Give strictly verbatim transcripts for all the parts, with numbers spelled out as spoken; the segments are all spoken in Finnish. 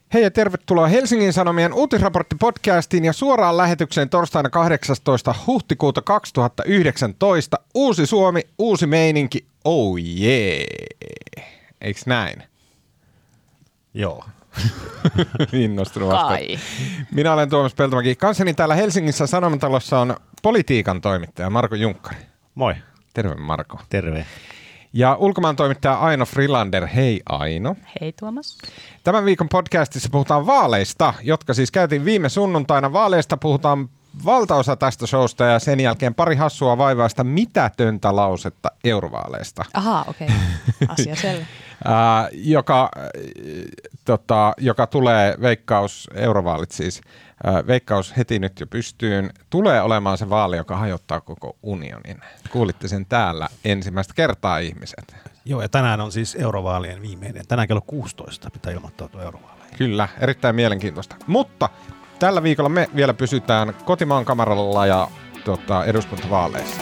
Hei ja tervetuloa Helsingin Sanomien uutisraporttipodcastiin ja suoraan lähetykseen torstaina kahdeksastoista huhtikuuta kaksituhattayhdeksäntoista. Uusi Suomi, uusi meininki, oh jee. Yeah. Eiks näin? Joo. Innostunut vasta. Minä olen Tuomas Peltomäki. Kanssani täällä Helsingissä Sanomatalossa on politiikan toimittaja Marko Junkkari. Moi. Terve Marko. Terve. Ja ulkomaan toimittaja Aino Frilander. Hei Aino. Hei Tuomas. Tämän viikon podcastissa puhutaan vaaleista, jotka siis käytiin viime sunnuntaina. Vaaleista puhutaan valtaosa tästä showsta ja sen jälkeen pari hassua vaivaista mitätöntä lausetta eurovaaleista. Ahaa, okei. Okay. Asia selvä. Äh, joka, äh, tota, joka tulee Veikkaus, eurovaalit siis, äh, Veikkaus heti nyt jo pystyyn, tulee olemaan se vaali, joka hajottaa koko unionin. Kuulitte sen täällä ensimmäistä kertaa ihmiset. Joo, ja tänään on siis eurovaalien viimeinen. Tänään kello kuusitoista pitää ilmoittautua eurovaaleihin. Kyllä, erittäin mielenkiintoista. Mutta tällä viikolla me vielä pysytään kotimaan kamaralla ja tota, eduskuntavaaleissa.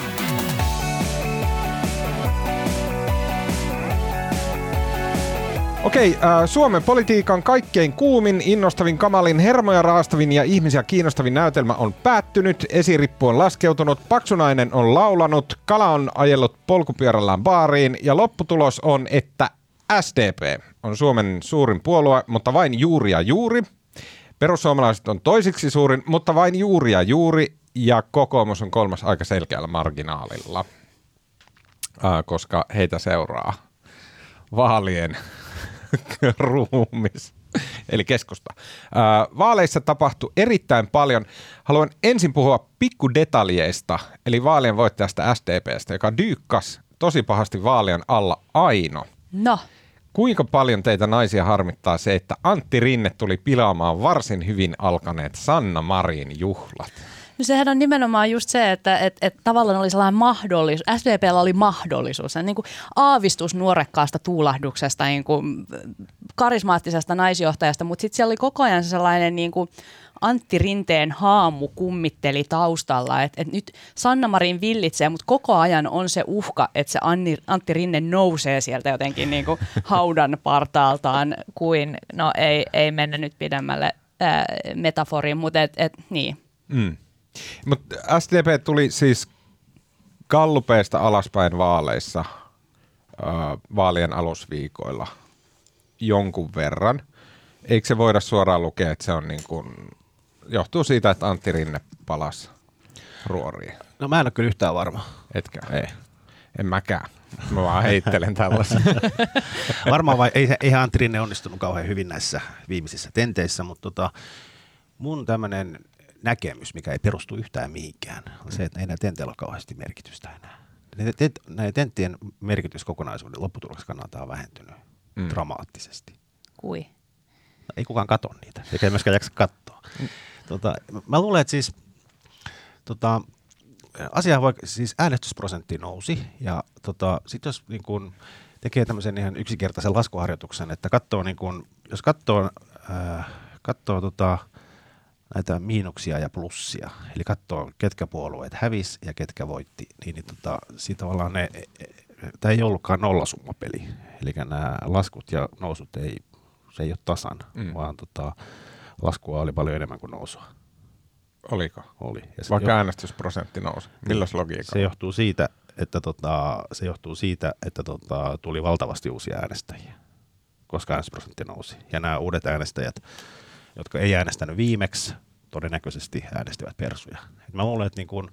Okei, äh, Suomen politiikan kaikkein kuumin, innostavin, kamalin, hermoja raastavin ja ihmisiä kiinnostavin näytelmä on päättynyt. Esirippu on laskeutunut, paksunainen on laulanut, kala on ajellut polkupyörällään baariin ja lopputulos on, että S D P on Suomen suurin puolue, mutta vain juuri ja juuri. Perussuomalaiset on toisiksi suurin, mutta vain juuri ja juuri. Ja kokoomus on kolmas aika selkeällä marginaalilla, äh, koska heitä seuraa vaalien ruumis, eli keskusta. Äh, vaaleissa tapahtui erittäin paljon. Haluan ensin puhua pikkudetaljeista, eli vaalien voittajasta S D P:stä, joka dyykkas tosi pahasti vaalien alla. Aino. No. Kuinka paljon teitä naisia harmittaa se, että Antti Rinne tuli pilaamaan varsin hyvin alkaneet Sanna Marin juhlat? No sehän on nimenomaan just se, että et, et tavallaan oli sellainen mahdollisuus, S D P:llä oli mahdollisuus, niin kuin aavistus nuorekkaasta tuulahduksesta, niin kuin karismaattisesta naisjohtajasta, mutta sitten siellä oli koko ajan sellainen niin kuin Antti Rinteen haamu kummitteli taustalla, että et nyt Sanna Marin villitsee, mutta koko ajan on se uhka, että se Anni, Antti Rinne nousee sieltä jotenkin niin kuin haudan partaaltaan, kuin, no ei, ei mennä nyt pidemmälle ää, metaforiin, mutta et, et, niin. Mm. Mutta S D P tuli siis gallupeista alaspäin vaaleissa äh, vaalien alusviikoilla jonkun verran. Eikö se voida suoraan lukea, että se on niin kuin, johtuu siitä, että Antti Rinne palasi ruoriin? No mä en ole kyllä yhtään varma. Etkä? Ei. En mäkään. Mä vaan heittelen tällaisen. Varmaan vai ei, eihän Antti Rinne onnistunut kauhean hyvin näissä viimeisissä tenteissä, mutta tota, mun tämmöinen näkemys, mikä ei perustu yhtään mihinkään, on se, että ei näillä tenteillä ole kauheasti merkitystä enää. Näiden tenttien merkitys kokonaisuuden lopputuloksen kannalta on vähentynyt mm. dramaattisesti. Kui? No, ei kukaan katso niitä, eikä myöskään jaksa katsoa. Mm. Tota, mä luulen, että siis tota, asia voi, siis äänestysprosentti nousi, ja tota, sitten jos niin kun tekee tämmöisen ihan yksinkertaisen laskuharjoituksen, että katsoo, niin kun, jos katsoo, äh, katsoo tota, näitä miinuksia ja plussia, eli katsoo ketkä puolueet hävisi ja ketkä voitti, niin, niin tota, siitä tavallaan ne, tämä ei ollutkaan nollasummapeli, eli nämä laskut ja nousut ei, se ei ole tasan, mm. vaan tota, laskua oli paljon enemmän kuin nousua. Oliko? Oli. Ja Vaikka jo, äänestysprosentti nousi. Milläs logiikalla? Se johtuu siitä, että, tota, se johtuu siitä, että tota, tuli valtavasti uusia äänestäjiä, koska äänestysprosentti nousi. Ja nämä uudet äänestäjät, jotka ei äänestänyt viimeksi, todennäköisesti äänestivät persuja. Et mä luulen, että niin kun,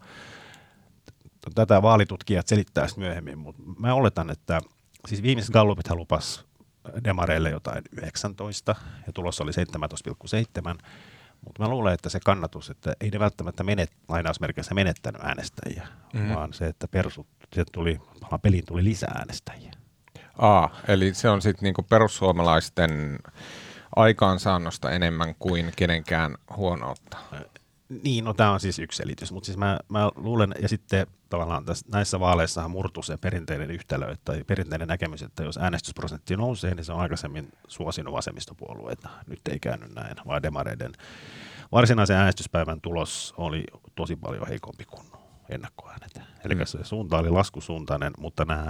tätä vaalitutkijat selittää myöhemmin, mutta mä oletan, että siis viimeiset gallupithan lupas demareille jotain yhdeksäntoista ja tulos oli seitsemäntoista pilkku seitsemän, mutta mä luulen, että se kannatus, että ei ne välttämättä menet, lainausmerkeissä menettänyt äänestäjiä, mm-hmm. vaan se, että persut, sieltä tuli, peliin tuli lisää äänestäjiä. Aa, eli se on sitten niinku perussuomalaisten aikaansaannosta enemmän kuin kenenkään huonoutta. Niin, no tämä on siis yksi selitys, mutta siis mä, mä luulen, ja sitten tavallaan tässä, näissä vaaleissahan murtuu se perinteinen yhtälö, tai perinteinen näkemys, että jos äänestysprosentti nousee, niin se on aikaisemmin suosinut vasemmistopuolueita. Nyt ei käynyt näin, vaan demareiden varsinaisen äänestyspäivän tulos oli tosi paljon heikompi kuin ennakkoäänet. Eli mm. se suunta oli laskusuuntainen, mutta nämä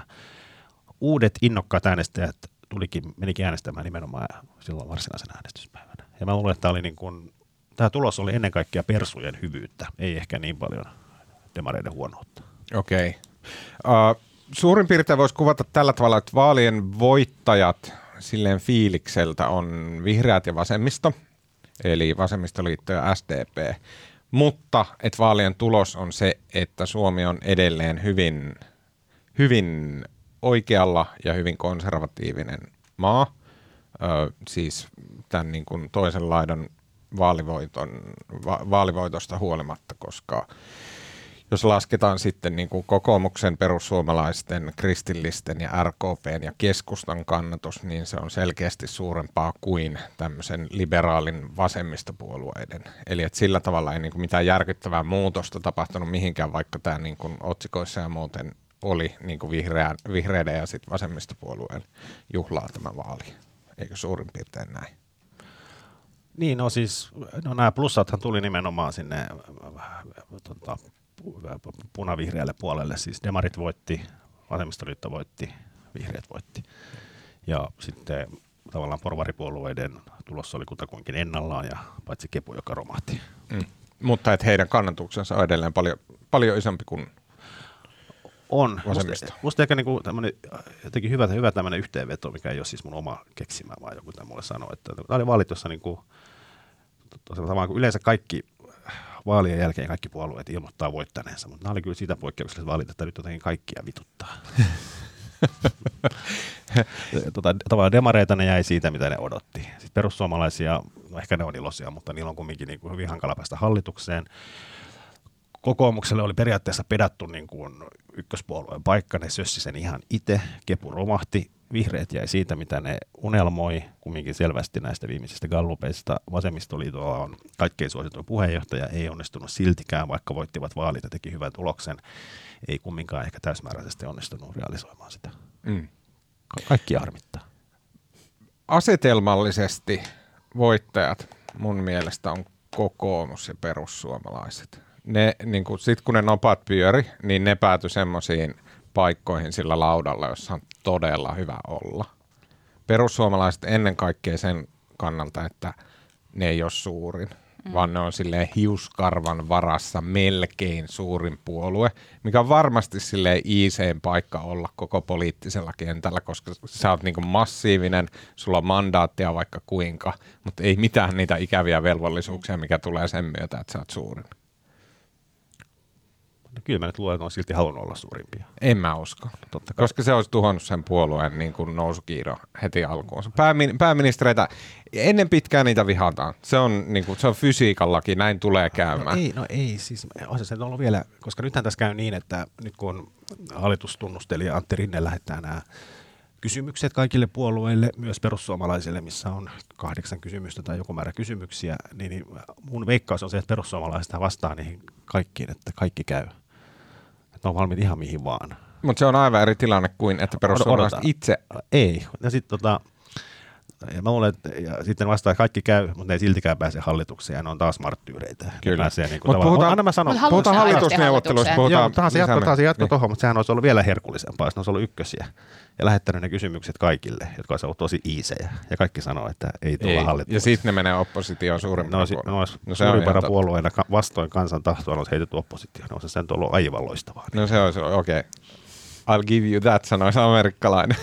uudet innokkaat äänestäjät tulikin, menikin äänestämään nimenomaan silloin varsinaisen äänestyspäivänä. Ja mä luulen, että tämä, oli niin kuin, tämä tulos oli ennen kaikkea persujen hyvyyttä, ei ehkä niin paljon demareiden huonoutta. Okei. Okay. Uh, suurin piirtein voisi kuvata tällä tavalla, että vaalien voittajat silleen fiilikseltä on vihreät ja vasemmisto, eli vasemmistoliitto ja S D P. Mutta että vaalien tulos on se, että Suomi on edelleen hyvin, hyvin oikealla ja hyvin konservatiivinen maa. Ö, siis tämän niin kuin toisen laidan vaalivoiton, va- vaalivoitosta huolimatta, koska jos lasketaan sitten niin kuin kokoomuksen, perussuomalaisten, kristillisten ja R K P:n ja keskustan kannatus, niin se on selkeästi suurempaa kuin tämmöisen liberaalin vasemmistopuolueiden. Eli että sillä tavalla ei niin kuin mitään järkyttävää muutosta tapahtunut mihinkään, vaikka tämä niin kuin otsikoissa ja muuten oli niin kuin vihreän, vihreiden ja sitten vasemmistopuolueen juhlaa tämä vaali. Eikö suurin piirtein näin? Niin, no siis, no nämä plussathan tuli nimenomaan sinne tota, punavihreälle puolelle, siis demarit voitti, vasemmistoliitto voitti, vihreät voitti. Ja sitten tavallaan porvaripuolueiden tulossa oli kutakuinkin ennallaan, ja paitsi Kepu, joka romahti. Mm. Mutta että heidän kannatuksensa on edelleen paljon, paljon isompi kuin on. vasemmisto. Musta, musta ehkä niinku jotenkin hyvä, hyvä tämmöinen yhteenveto, mikä ei ole siis mun oma keksimä, vaan joku tämä mulle sanoi, että tämä oli vaalit, jossa niinku, kun yleensä kaikki vaalien jälkeen kaikki puolueet ilmoittaa voittaneensa, mutta nämä oli kyllä siitä poikkeukselliset vaalit, että nyt jotenkin kaikkia vituttaa. tota, tavallaan demareita ne jäi siitä, mitä ne odotti. Sitten perussuomalaisia, no ehkä ne on iloisia, mutta niillä on kumminkin niin kuin hyvin hankala päästä hallitukseen. Kokoomukselle oli periaatteessa pedattu niin kuin ykköspuolueen paikka, ne sössi sen ihan itse, Kepu romahti, vihreät jäi siitä, mitä ne unelmoi, kumminkin selvästi näistä viimeisistä gallupeista. Vasemmistoliitolla on kaikkein suosituin puheenjohtaja, ei onnistunut siltikään, vaikka voittivat vaalit ja teki hyvän tuloksen. Ei kumminkaan ehkä täysmääräisesti onnistunut realisoimaan sitä. Mm. Ka- kaikki harmittaa. Asetelmallisesti voittajat mun mielestä on kokoomus ja perussuomalaiset. Ne, niin kun, sit kun ne nopat pyöri, niin ne päätyi semmoisiin paikkoihin sillä laudalla, jossa on todella hyvä olla. Perussuomalaiset ennen kaikkea sen kannalta, että ne ei ole suurin, mm. vaan ne on silleen hiuskarvan varassa melkein suurin puolue, mikä on varmasti silleen iisein paikka olla koko poliittisella kentällä, koska sä oot niinku massiivinen, sulla on mandaattia vaikka kuinka, mutta ei mitään niitä ikäviä velvollisuuksia, mikä tulee sen myötä, että sä oot suurin. No kyllä mä nyt luulen, että on silti halunnut olla suurimpia. En mä usko, totta koska se olisi tuhonnut sen puolueen niin kuin nousukiiro heti alkuun. Päämin, pääministereitä, ennen pitkään niitä vihataan. Se on, niin kuin, se on fysiikallakin, näin tulee käymään. No ei, no ei siis on se ollut vielä, koska nythän tässä käy niin, että nyt kun hallitustunnustelija Antti Rinne lähettää nämä kysymykset kaikille puolueille, myös perussuomalaisille, missä on kahdeksan kysymystä tai joku määrä kysymyksiä, niin, niin mun veikkaus on se, että perussuomalaiset vastaa niihin kaikkiin, että kaikki käy. Että on valmiit ihan mihin vaan. Mutta se on aivan eri tilanne kuin, että perussuomalaiset Odota. itse... Ei. Ja sitten tota, ja mä luulen, että ja sitten vastaa, että kaikki käy, mutta ne ei siltikään pääse hallitukseen ja ne on taas marttyyreitä. Kyllä. Niin mutta puhutaan, sanon, puhutaan hallitusneuvotteluista. Joo, tahan se jatko, tahan se jatko niin. tuohon, mutta sehän olisi ollut vielä herkullisempaa, jos ne olisi ollut ykkösiä. Ja lähettänyt ne kysymykset kaikille, jotka olisi ollut tosi iisejä. Ja kaikki sanoo, että ei tulla hallitukseen. Ja sitten ne menee oppositioon suurimpana no, puolueena. No, no suurimpana puolueena vastoin kansan tahtoa olisi heitetty oppositioon. No, se sen on ollut aivan loistavaa. No se olisi, okei. Okay. I'll give you that, sanoisi amerikkalainen.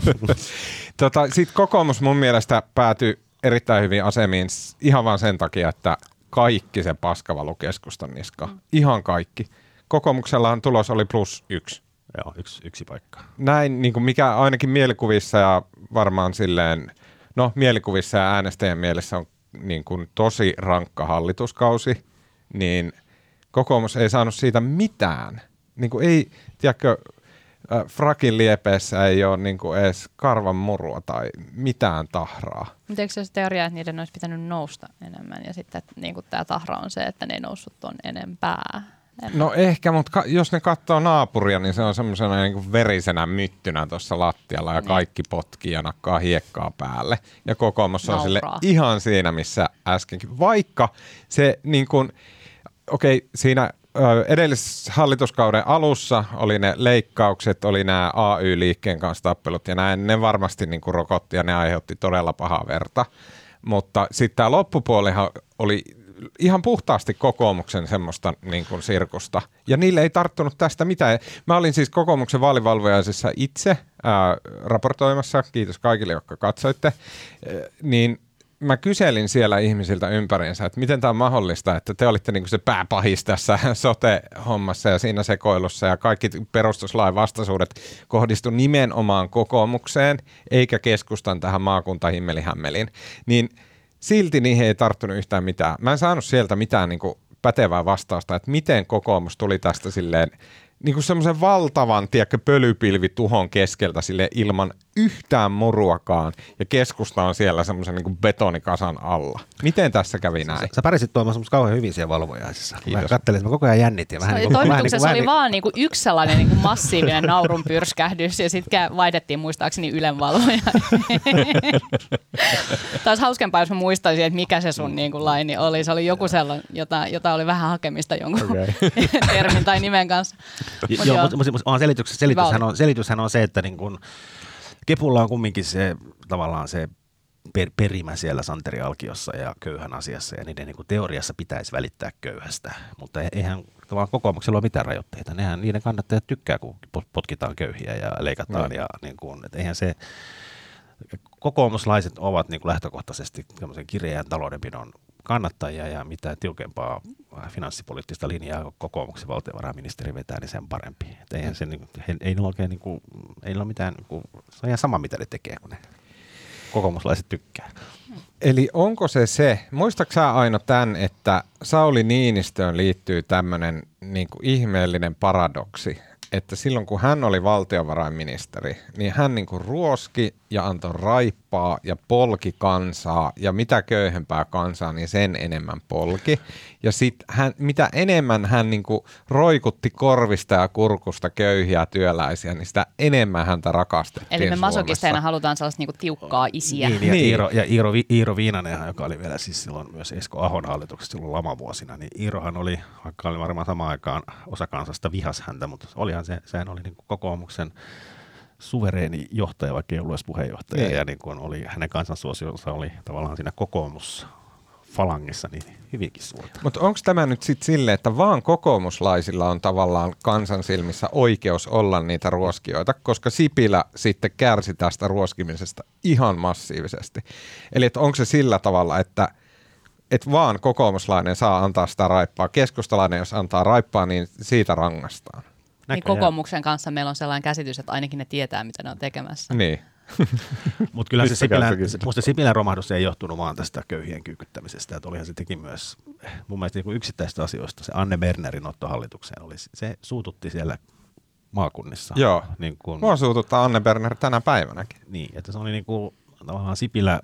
tota, sitten kokoomus mun mielestä päätyi erittäin hyvin asemiin ihan vaan sen takia, että kaikki se paska valui keskustan niskaan. Mm. Ihan kaikki. Kokoomuksellahan tulos oli plus yksi. Joo, yksi, yksi paikka. Näin, niin kuin mikä ainakin mielikuvissa ja varmaan silleen, no mielikuvissa ja äänestäjän mielessä on niin kuin tosi rankka hallituskausi, niin kokoomus ei saanut siitä mitään. Niin kuin ei, tiedätkö, äh, frakin liepeessä ei ole niin kuin edes karvan murua tai mitään tahraa. Mutta eikö se ole teoria, että niiden olisi pitänyt nousta enemmän ja sitten niin tämä tahra on se, että ne ei noussut tuon enempää? En no ehkä, mutta ka- jos ne katsoo naapuria, niin se on semmoisena niin kuin verisenä myttynä tuossa lattialla ja niin. Kaikki potkii ja nakkaa hiekkaa päälle. Ja kokoomus on sille ihan siinä, missä äskenkin. Vaikka se niin kuin, okei, okay, siinä edellisessä hallituskauden alussa oli ne leikkaukset, oli nämä A Y-liikkeen kanssa tappelut ja näin, ne varmasti niin kuin rokotti ja ne aiheutti todella pahaa verta. Mutta sitten tämä loppupuolihan oli ihan puhtaasti kokoomuksen semmoista niin kuin sirkusta. Ja niille ei tarttunut tästä mitään. Mä olin siis kokoomuksen vaalivalvojaisessa itse ää, raportoimassa, kiitos kaikille, jotka katsoitte, ää, niin mä kyselin siellä ihmisiltä ympäriinsä, että miten tämä on mahdollista, että te olitte niin kuin se pääpahis tässä sote-hommassa ja siinä sekoilussa ja kaikki perustuslain vastaisuudet kohdistu nimenomaan kokoomukseen eikä keskustan tähän maakuntahimmeli-hämmeliin. Niin silti niihin ei tarttunut yhtään mitään. Mä en saanut sieltä mitään niin kuin pätevää vastausta, että miten kokoomus tuli tästä silleen niin kuin semmoisen valtavan, tiedätkö, pölypilvituhon keskeltä sille ilman yhtään muruakaan, ja keskusta on siellä semmoisen niin kuin betonikasan alla. Miten tässä kävi näin? Sä, sä pärjäsit Tuomas semmoista kauhean hyvin siellä valvojaisissa. Mä kattelin, että mä koko ajan jännitin. Vähän niin kuin, toimituksessa vähän niin kuin, oli vaan niin kuin yksi sellainen niin kuin massiivinen naurun pyrskähdys, ja sitten vaihdettiin muistaakseni Ylen valvoja. Taas hauskempaa, jos mä muistaisin, että mikä se sun niin kuin laini oli. Se oli joku sellainen, jota, jota oli vähän hakemista jonkun okay. termin tai nimen kanssa. Mut joo, mutta mut, on selitys, selityshän, on, selityshän on se, että niin kun Kepulla on kumminkin se tavallaan se per, perimä siellä Santeri Alkiossa ja köyhän asiassa, ja niiden niin kun teoriassa pitäisi välittää köyhästä, mutta eihän tavallaan kokoomuksella ole mitään rajoitteita. Nehän, niiden kannattajat tykkää, kun potkitaan köyhiä ja leikataan, no. ja niin kun, et eihän se, kokoomuslaiset ovat niin kun lähtökohtaisesti tämmöisen kireän taloudenpidon kannattajia, ja mitä tiukempaa finanssipoliittista linjaa kokoomuksen valtiovarainministeri vetää, niin sen parempi. Et eihän se, niin, he, ei ole oikein, niin kuin, ei ole mitään, niin kuin, se on ihan sama, mitä ne tekee, kun ne kokoomuslaiset tykkää. Eli onko se se, muistatko sä Aino tämän, että Sauli Niinistöön liittyy tämmöinen niin kuin ihmeellinen paradoksi, että silloin kun hän oli valtiovarainministeri, niin hän niin kuin ruoski ja antoi raippaa ja polki kansaa, ja mitä köyhempää kansaa, niin sen enemmän polki. Ja sitten mitä enemmän hän niin kuin roikutti korvista ja kurkusta köyhiä työläisiä, niin sitä enemmän häntä rakastettiin. Eli me masokisteina halutaan sellaista niin kuin tiukkaa isiä. Niin, ja, niin. Iiro, ja Iiro, Iiro Viinanen, joka oli vielä siis silloin myös Esko Ahon hallituksessa silloin lamavuosina, niin Iirohan oli, vaikka oli varmaan samaan aikaan osa kansasta vihas häntä, mutta olihan se, sehän oli niin kuin kokoomuksen suvereeni johtaja, vaikka ei ollut edes puheenjohtaja, niin. ja niin kuin oli, hänen kansansuosionsa oli tavallaan siinä kokoomusfalangissa niin hyvinkin suurta. Mutta onko tämä nyt sitten silleen, että vaan kokoomuslaisilla on tavallaan kansan silmissä oikeus olla niitä ruoskijoita, koska Sipilä sitten kärsi tästä ruoskimisesta ihan massiivisesti. Eli onko se sillä tavalla, että et vaan kokoomuslainen saa antaa sitä raippaa, keskustalainen jos antaa raippaa, niin siitä rangaistaan. Niin kokoomuksen kanssa meillä on sellainen käsitys, että ainakin ne tietää, mitä ne on tekemässä. Niin. Mutta kyllä se Sipilän, musta Sipilän romahdus ei johtunut vaan tästä köyhien kyykyttämisestä. Että olihan se teki myös mun mielestä niin yksittäisistä asioista. Se Anne Bernerin otto hallitukseen oli, se suututti siellä maakunnissa. Joo, niin kun, mua suututtaa Anne Berner tänä päivänäkin. Niin, että se oli niin kuin tavallaan Sipilä,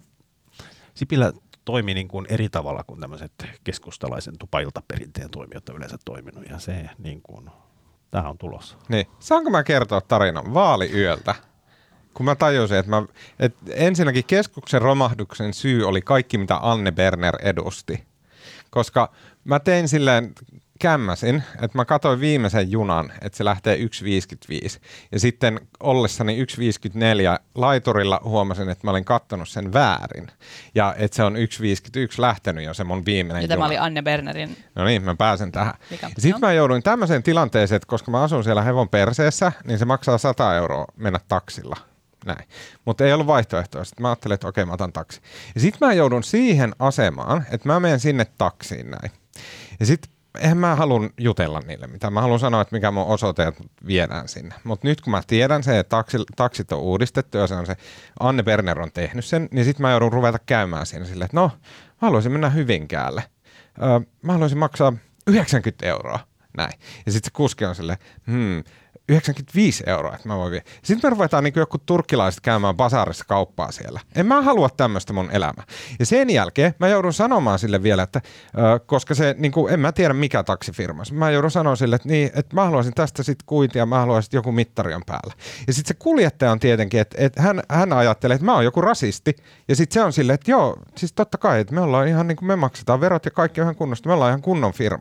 Sipilä toimi niin kuin eri tavalla kuin tämmöiset keskustalaisen tupailtaperinteen toimijat on yleensä toiminut. Ja se niin kuin tämähän on tulossa. Niin. Saanko mä kertoa tarinan vaaliyöltä? Kun mä tajusin, että, mä, että ensinnäkin keskuksen romahduksen syy oli kaikki, mitä Anne Berner edusti. Koska mä tein silleen, kämmäsin, että mä katsoin viimeisen junan, että se lähtee yksi viisikymmentäviisi. Ja sitten ollessani yksi viisikymmentäneljä laiturilla huomasin, että mä olin katsonut sen väärin. Ja että se on yksi viisikymmentäyksi lähtenyt jo se mun viimeinen juna. Ja tämä oli Anne Bernerin. No niin, mä pääsen tähän. Sitten mä jouduin tämmöiseen tilanteeseen, että koska mä asun siellä hevon perseessä, niin se maksaa sata euroa mennä taksilla. Näin. Mutta ei ollut vaihtoehtoa. Sitten mä ajattelin, että okei, mä otan taksi. Ja sitten mä joudun siihen asemaan, että mä menen sinne taksiin näin. Ja sitten eihän mä halun jutella niille mitään. Mä haluan sanoa, että mikä mun osoite, että viedään sinne. Mutta nyt kun mä tiedän se, että taksi, taksit on uudistettu ja se on se, Anne Berner on tehnyt sen, niin sitten mä joudun ruveta käymään siinä silleen, että no, mä haluaisin mennä Hyvinkäälle. Öö, mä haluaisin maksaa yhdeksänkymmentä euroa. Näin. Ja sitten se kuski on silleen, hmm, yhdeksänkymmentäviisi euroa, että mä voin vie. Sitten me ruvetaan niin kuin joku turkkilaiset käymään basaarissa kauppaa siellä. En mä halua tämmöistä mun elämää. Ja sen jälkeen mä joudun sanomaan sille vielä, että ö, koska se, niin kuin, en mä tiedä mikä taksifirma. Mä joudun sanoa sille, että, niin, että mä haluaisin tästä sitten kuitia, mä haluaisin, että joku mittari on päällä. Ja sitten se kuljettaja on tietenkin, että, että hän, hän ajattelee, että mä oon joku rasisti. Ja sitten se on silleen, että joo, siis totta kai, että me ollaan ihan niin kuin me maksetaan verot ja kaikki on ihan kunnosta. Me ollaan ihan kunnon firma.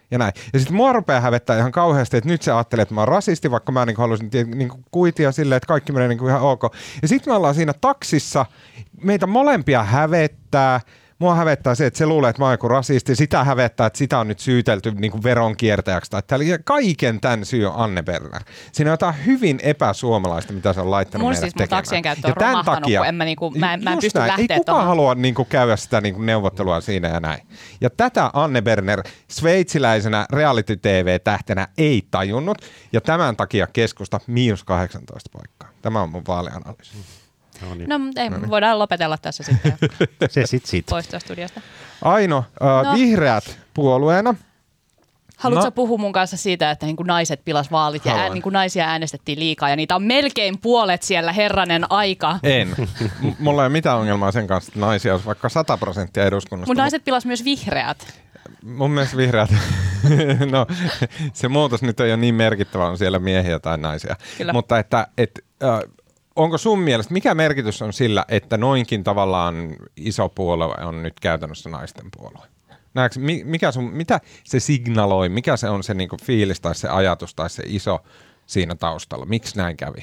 Ja näin. Ja sitten mua rupeaa hävettää ihan kauheasti, että nyt se ajattelee, että mä oon rasisti, vaikka mä niin haluaisin niin kuitia silleen, että kaikki menee niin ihan ok. Ja sitten me ollaan siinä taksissa, meitä molempia hävettää. Mua hävettää se, että se luulee, että mä oon joku rasisti. Sitä hävettää, että sitä on nyt syytelty niin kuin veronkiertäjäksi. Tai kaiken tämän syy on Anne Berner. Siinä on jotain hyvin epäsuomalaista, mitä se on laittanut mun meidät siis tekemään. Mun taksien käyttö on romahtanut, takia, kun en mä, niinku, mä, en, mä en pysty näin. lähteä Ei kukaan tohon. halua niinku käydä sitä niinku neuvottelua siinä ja näin. Ja tätä Anne Berner sveitsiläisenä reality-T V-tähtenä ei tajunnut. Ja tämän takia keskusta miinus kahdeksantoista paikkaa. Tämä on mun vaalianalyysi. No niin. No, ei, no niin. Voidaan lopetella tässä sitten. Se sit sit. Poistua studiosta. Aino, äh, No. vihreät puolueena. Haluatko No. puhua mun kanssa siitä, että niin kuin naiset pilas vaalit ja ää, niin kuin naisia äänestettiin liikaa ja niitä on melkein puolet siellä, herranen aika. En. M- mulla ei ole mitään ongelmaa sen kanssa, että naisia olisi vaikka sata prosenttia eduskunnasta. Mutta naiset pilas myös vihreät. Mun mielestä vihreät, no se muutos nyt ei ole niin merkittävä, on siellä miehiä tai naisia. Kyllä. Mutta että, et, äh, onko sun mielestä, mikä merkitys on sillä, että noinkin tavallaan iso puolue on nyt käytännössä naisten puolue? Näetkö, mikä sun, mitä se signaloi, mikä se on se niinku fiilis tai se ajatus tai se iso siinä taustalla? Miksi näin kävi?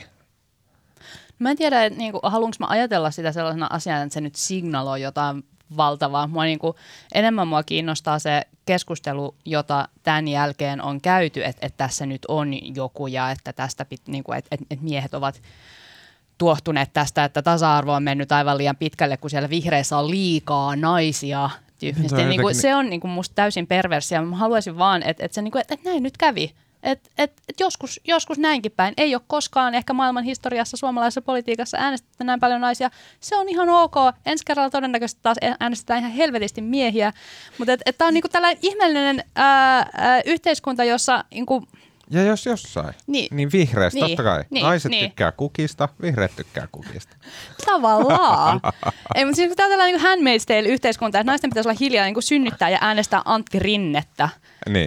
Mä en tiedä, että niinku, haluanko mä ajatella sitä sellaisena asiana, että se nyt signaloi jotain valtavaa. Mua niinku, enemmän mua kiinnostaa se keskustelu, jota tämän jälkeen on käyty, että et tässä nyt on joku ja että tästä pit, niinku, et, et, et miehet ovat tuohtuneet tästä, että tasa-arvo on mennyt aivan liian pitkälle, kun siellä vihreissä on liikaa naisia. Tyyppisesti. Niin kuin, se on niin kuin musta täysin perversia. Mä haluaisin vaan, että, että, se, niin kuin, että, että näin nyt kävi. Että, että, että joskus, joskus näinkin päin. Ei ole koskaan ehkä maailman historiassa suomalaisessa politiikassa äänestetty näin paljon naisia. Se on ihan ok. Ensi kerralla todennäköisesti taas äänestetään ihan helvetisti miehiä. Mutta että, että tämä on niin kuin tällainen ihmeellinen ää, ää, yhteiskunta, jossa... Niin kuin, ja jos jossain, niin, niin vihreistä niin, totta kai. Niin, Naiset niin. tykkää kukista, vihreät tykkää kukista. Tavallaan. Ei, mutta siis tämä on tällainen niin Handmaid's Tale-yhteiskunta, että naisten pitäisi olla hiljaa niin kuin synnyttää ja äänestää Antti Rinnettä. Niin.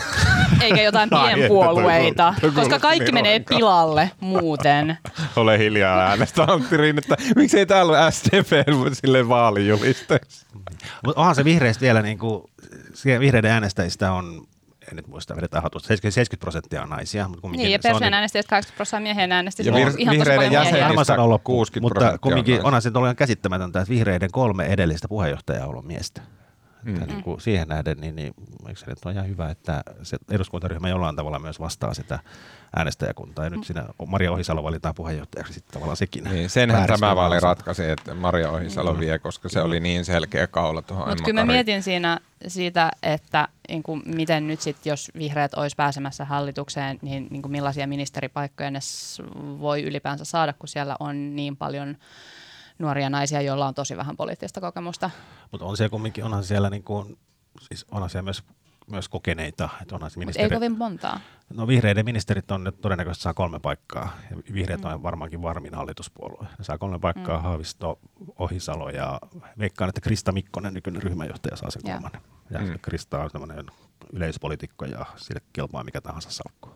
Eikä jotain Ai, pienpuolueita, että toi- toi koska kaikki niin menee ollenkaan. pilalle muuten. Ole hiljaa äänestä Antti Rinnettä. Miksi ei täällä ole S D P silleen vaalijulisteessa? Mutta onhan se vihreistä vielä, niin kuin, vihreiden äänestäjistä on, en nyt muista, vedetään hatusta, seitsemänkymmentä prosenttia on naisia. Mutta Niin, ja perseen äänestäjistä kahdeksankymmentä prosenttia miehen äänestäjistä. Ja on vir- ihan tosi vihreiden paljon miehiä. jäsenistä Varmaan sanon loppuun, kuusikymmentä mutta prosenttia kumminkin on onhan se ollut käsittämätöntä, että vihreiden kolme edellistä puheenjohtajaa on ollut miestä. Mm. Niin kuin siihen nähden, niin, niin eikö se nyt ole ihan hyvä, että se eduskuntaryhmä jollain tavalla myös vastaa sitä äänestäjäkuntaa. Ja nyt siinä Maria Ohisalo valitaan puheenjohtajaksi sitten tavallaan sekin. Niin, senhän vääristyy tämä vaali osa. ratkaisi, että Maria Ohisalo mm. vie, koska se oli niin selkeä kaula tuohon. Mutta kyllä mä mietin siinä siitä, että niin kuin miten nyt sitten, jos vihreät olisi pääsemässä hallitukseen, niin, niin kuin millaisia ministeripaikkoja ne voi ylipäänsä saada, kun siellä on niin paljon nuoria naisia, joilla on tosi vähän poliittista kokemusta. Mutta on siellä kumminkin, onhan siellä, niin kuin, siis onhan siellä myös, myös kokeneita. Että onhan se Mutta ei kovin montaa. No vihreiden ministerit on nyt todennäköisesti saa kolme paikkaa. Ja vihreät mm. on varmaankin varmin hallituspuolue. Ne saa kolme paikkaa, mm. Haavisto, Ohisalo ja veikkaan, että Krista Mikkonen, nykyinen ryhmäjohtaja, saa sen kolmannen. Ja mm. Krista on sellainen yleispoliitikko ja sille kelpaa mikä tahansa salkku.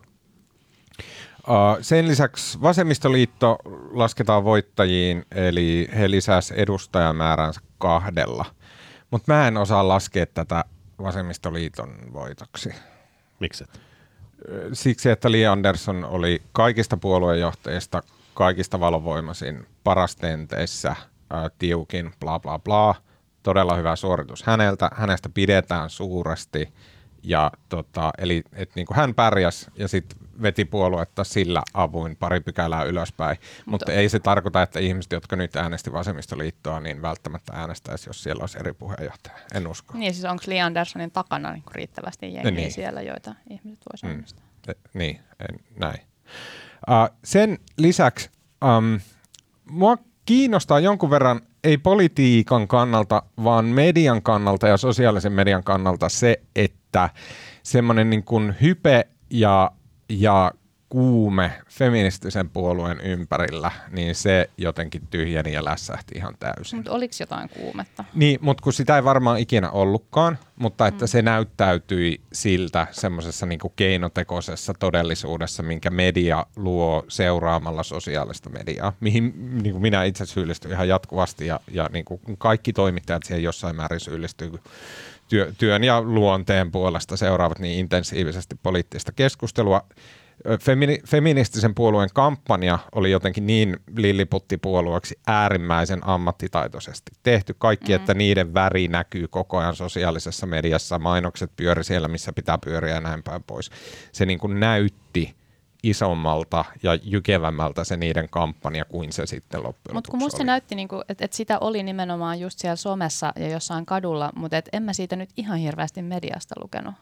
Uh, sen lisäksi Vasemmistoliitto lasketaan voittajiin, eli he lisäsivät edustajamääränsä kahdella. Mutta mä en osaa laskea tätä Vasemmistoliiton voitoksi. Miksi? Siksi, että Li Andersson oli kaikista puoluejohtajista kaikista valovoimaisin, paras tenteissä, ää, tiukin, bla bla bla. Todella hyvä suoritus häneltä. Hänestä pidetään suuresti. Ja tota, eli et niinku hän pärjäsi ja sitten veti puoluetta sillä avuin pari pykälää ylöspäin. Mutta, Mutta ei se tarkoita, että ihmiset, jotka nyt äänesti Vasemmistoliittoa, niin välttämättä äänestäisi, jos siellä olisi eri puheenjohtaja. En usko. Niin, siis onko Li Anderssonin takana niin riittävästi jengiä niin. siellä, joita ihmiset voisivat mm. äänestää? Niin, en, näin. Uh, sen lisäksi um, mua kiinnostaa jonkun verran, ei politiikan kannalta, vaan median kannalta ja sosiaalisen median kannalta se, että semmoinen niin kuin hype ja, ja kuume feministisen puolueen ympärillä, niin se jotenkin tyhjeni ja lässähti ihan täysin. Mutta oliko jotain kuumetta? Niin, mutta kun sitä ei varmaan ikinä ollutkaan, mutta että mm. se näyttäytyi siltä semmoisessa niinku keinotekoisessa todellisuudessa, minkä media luo seuraamalla sosiaalista mediaa, mihin niinku minä itse syyllistyn ihan jatkuvasti ja, ja niinku kaikki toimittajat siihen jossain määrin syyllistyy. Työ, työn ja luonteen puolesta seuraavat niin intensiivisesti poliittista keskustelua. Femini- feministisen puolueen kampanja oli jotenkin niin lilliputtipuolueeksi äärimmäisen ammattitaitoisesti tehty. Kaikki, mm-hmm. että niiden väri näkyy koko ajan sosiaalisessa mediassa, mainokset pyöri siellä, missä pitää pyöriä ja näin päin pois. Se niin kuin näytti isommalta ja jykevämmältä se niiden kampanja kuin se sitten loppujen Mutta kun musta se näytti, niinku, että et sitä oli nimenomaan just siellä somessa ja jossain kadulla, mutta et en mä siitä nyt ihan hirveästi mediasta lukenut.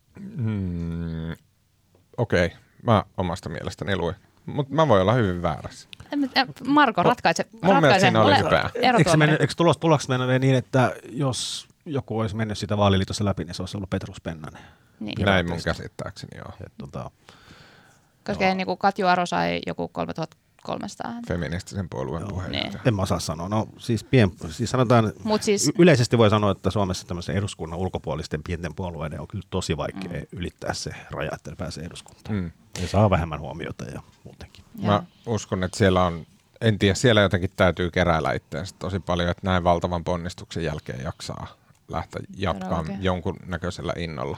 Hmm, Okei, okay. Mä omasta mielestäni luin, mutta mä voin olla hyvin väärässä. Marko, ratkaise. Mun ratkaise. mielestä siinä oli hyvää. Eikö, meni, eikö tulos, tuloksi mennä niin, että jos joku olisi mennyt sitä vaaliliitossa läpi, niin se olisi ollut Petrus Pennanen? Niin. Näin mun käsittääkseni, joo. Et, tota, Koska no. niin Katju Aro sai joku kolmetuhattakolmesataa ääntä. Feministisen puolueen puheenjohtaja. Niin. En mä osaa sanoa. No siis, pien, siis sanotaan, Mut siis, yleisesti voi sanoa, että Suomessa tämmöisen eduskunnan ulkopuolisten pienten puolueiden on kyllä tosi vaikea mm. ylittää se raja, että ne pääsee eduskuntaan. Mm. Ja saa vähemmän huomiota ja muutenkin. Ja. Mä uskon, että siellä on, en tiedä, siellä jotenkin täytyy keräillä itseänsä tosi paljon, että näin valtavan ponnistuksen jälkeen jaksaa lähteä jatkaa jonkun näköisellä innolla.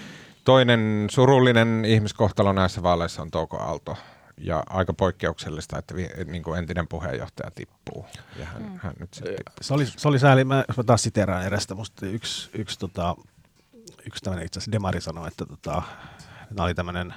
Toinen surullinen ihmiskohtalo näissä vaaleissa on Touko Aalto. Ja aika poikkeuksellista, että vi, niin kuin entinen puheenjohtaja tippuu. Ja hän, mm. hän nyt sitten tippuu. Se oli, se oli sääli, mä, jos mä taas siteraan edestä, musta yksi, yksi, tota, yksi tämmöinen itse asiassa demari sanoi, että tota, nämä oli tämmöinen,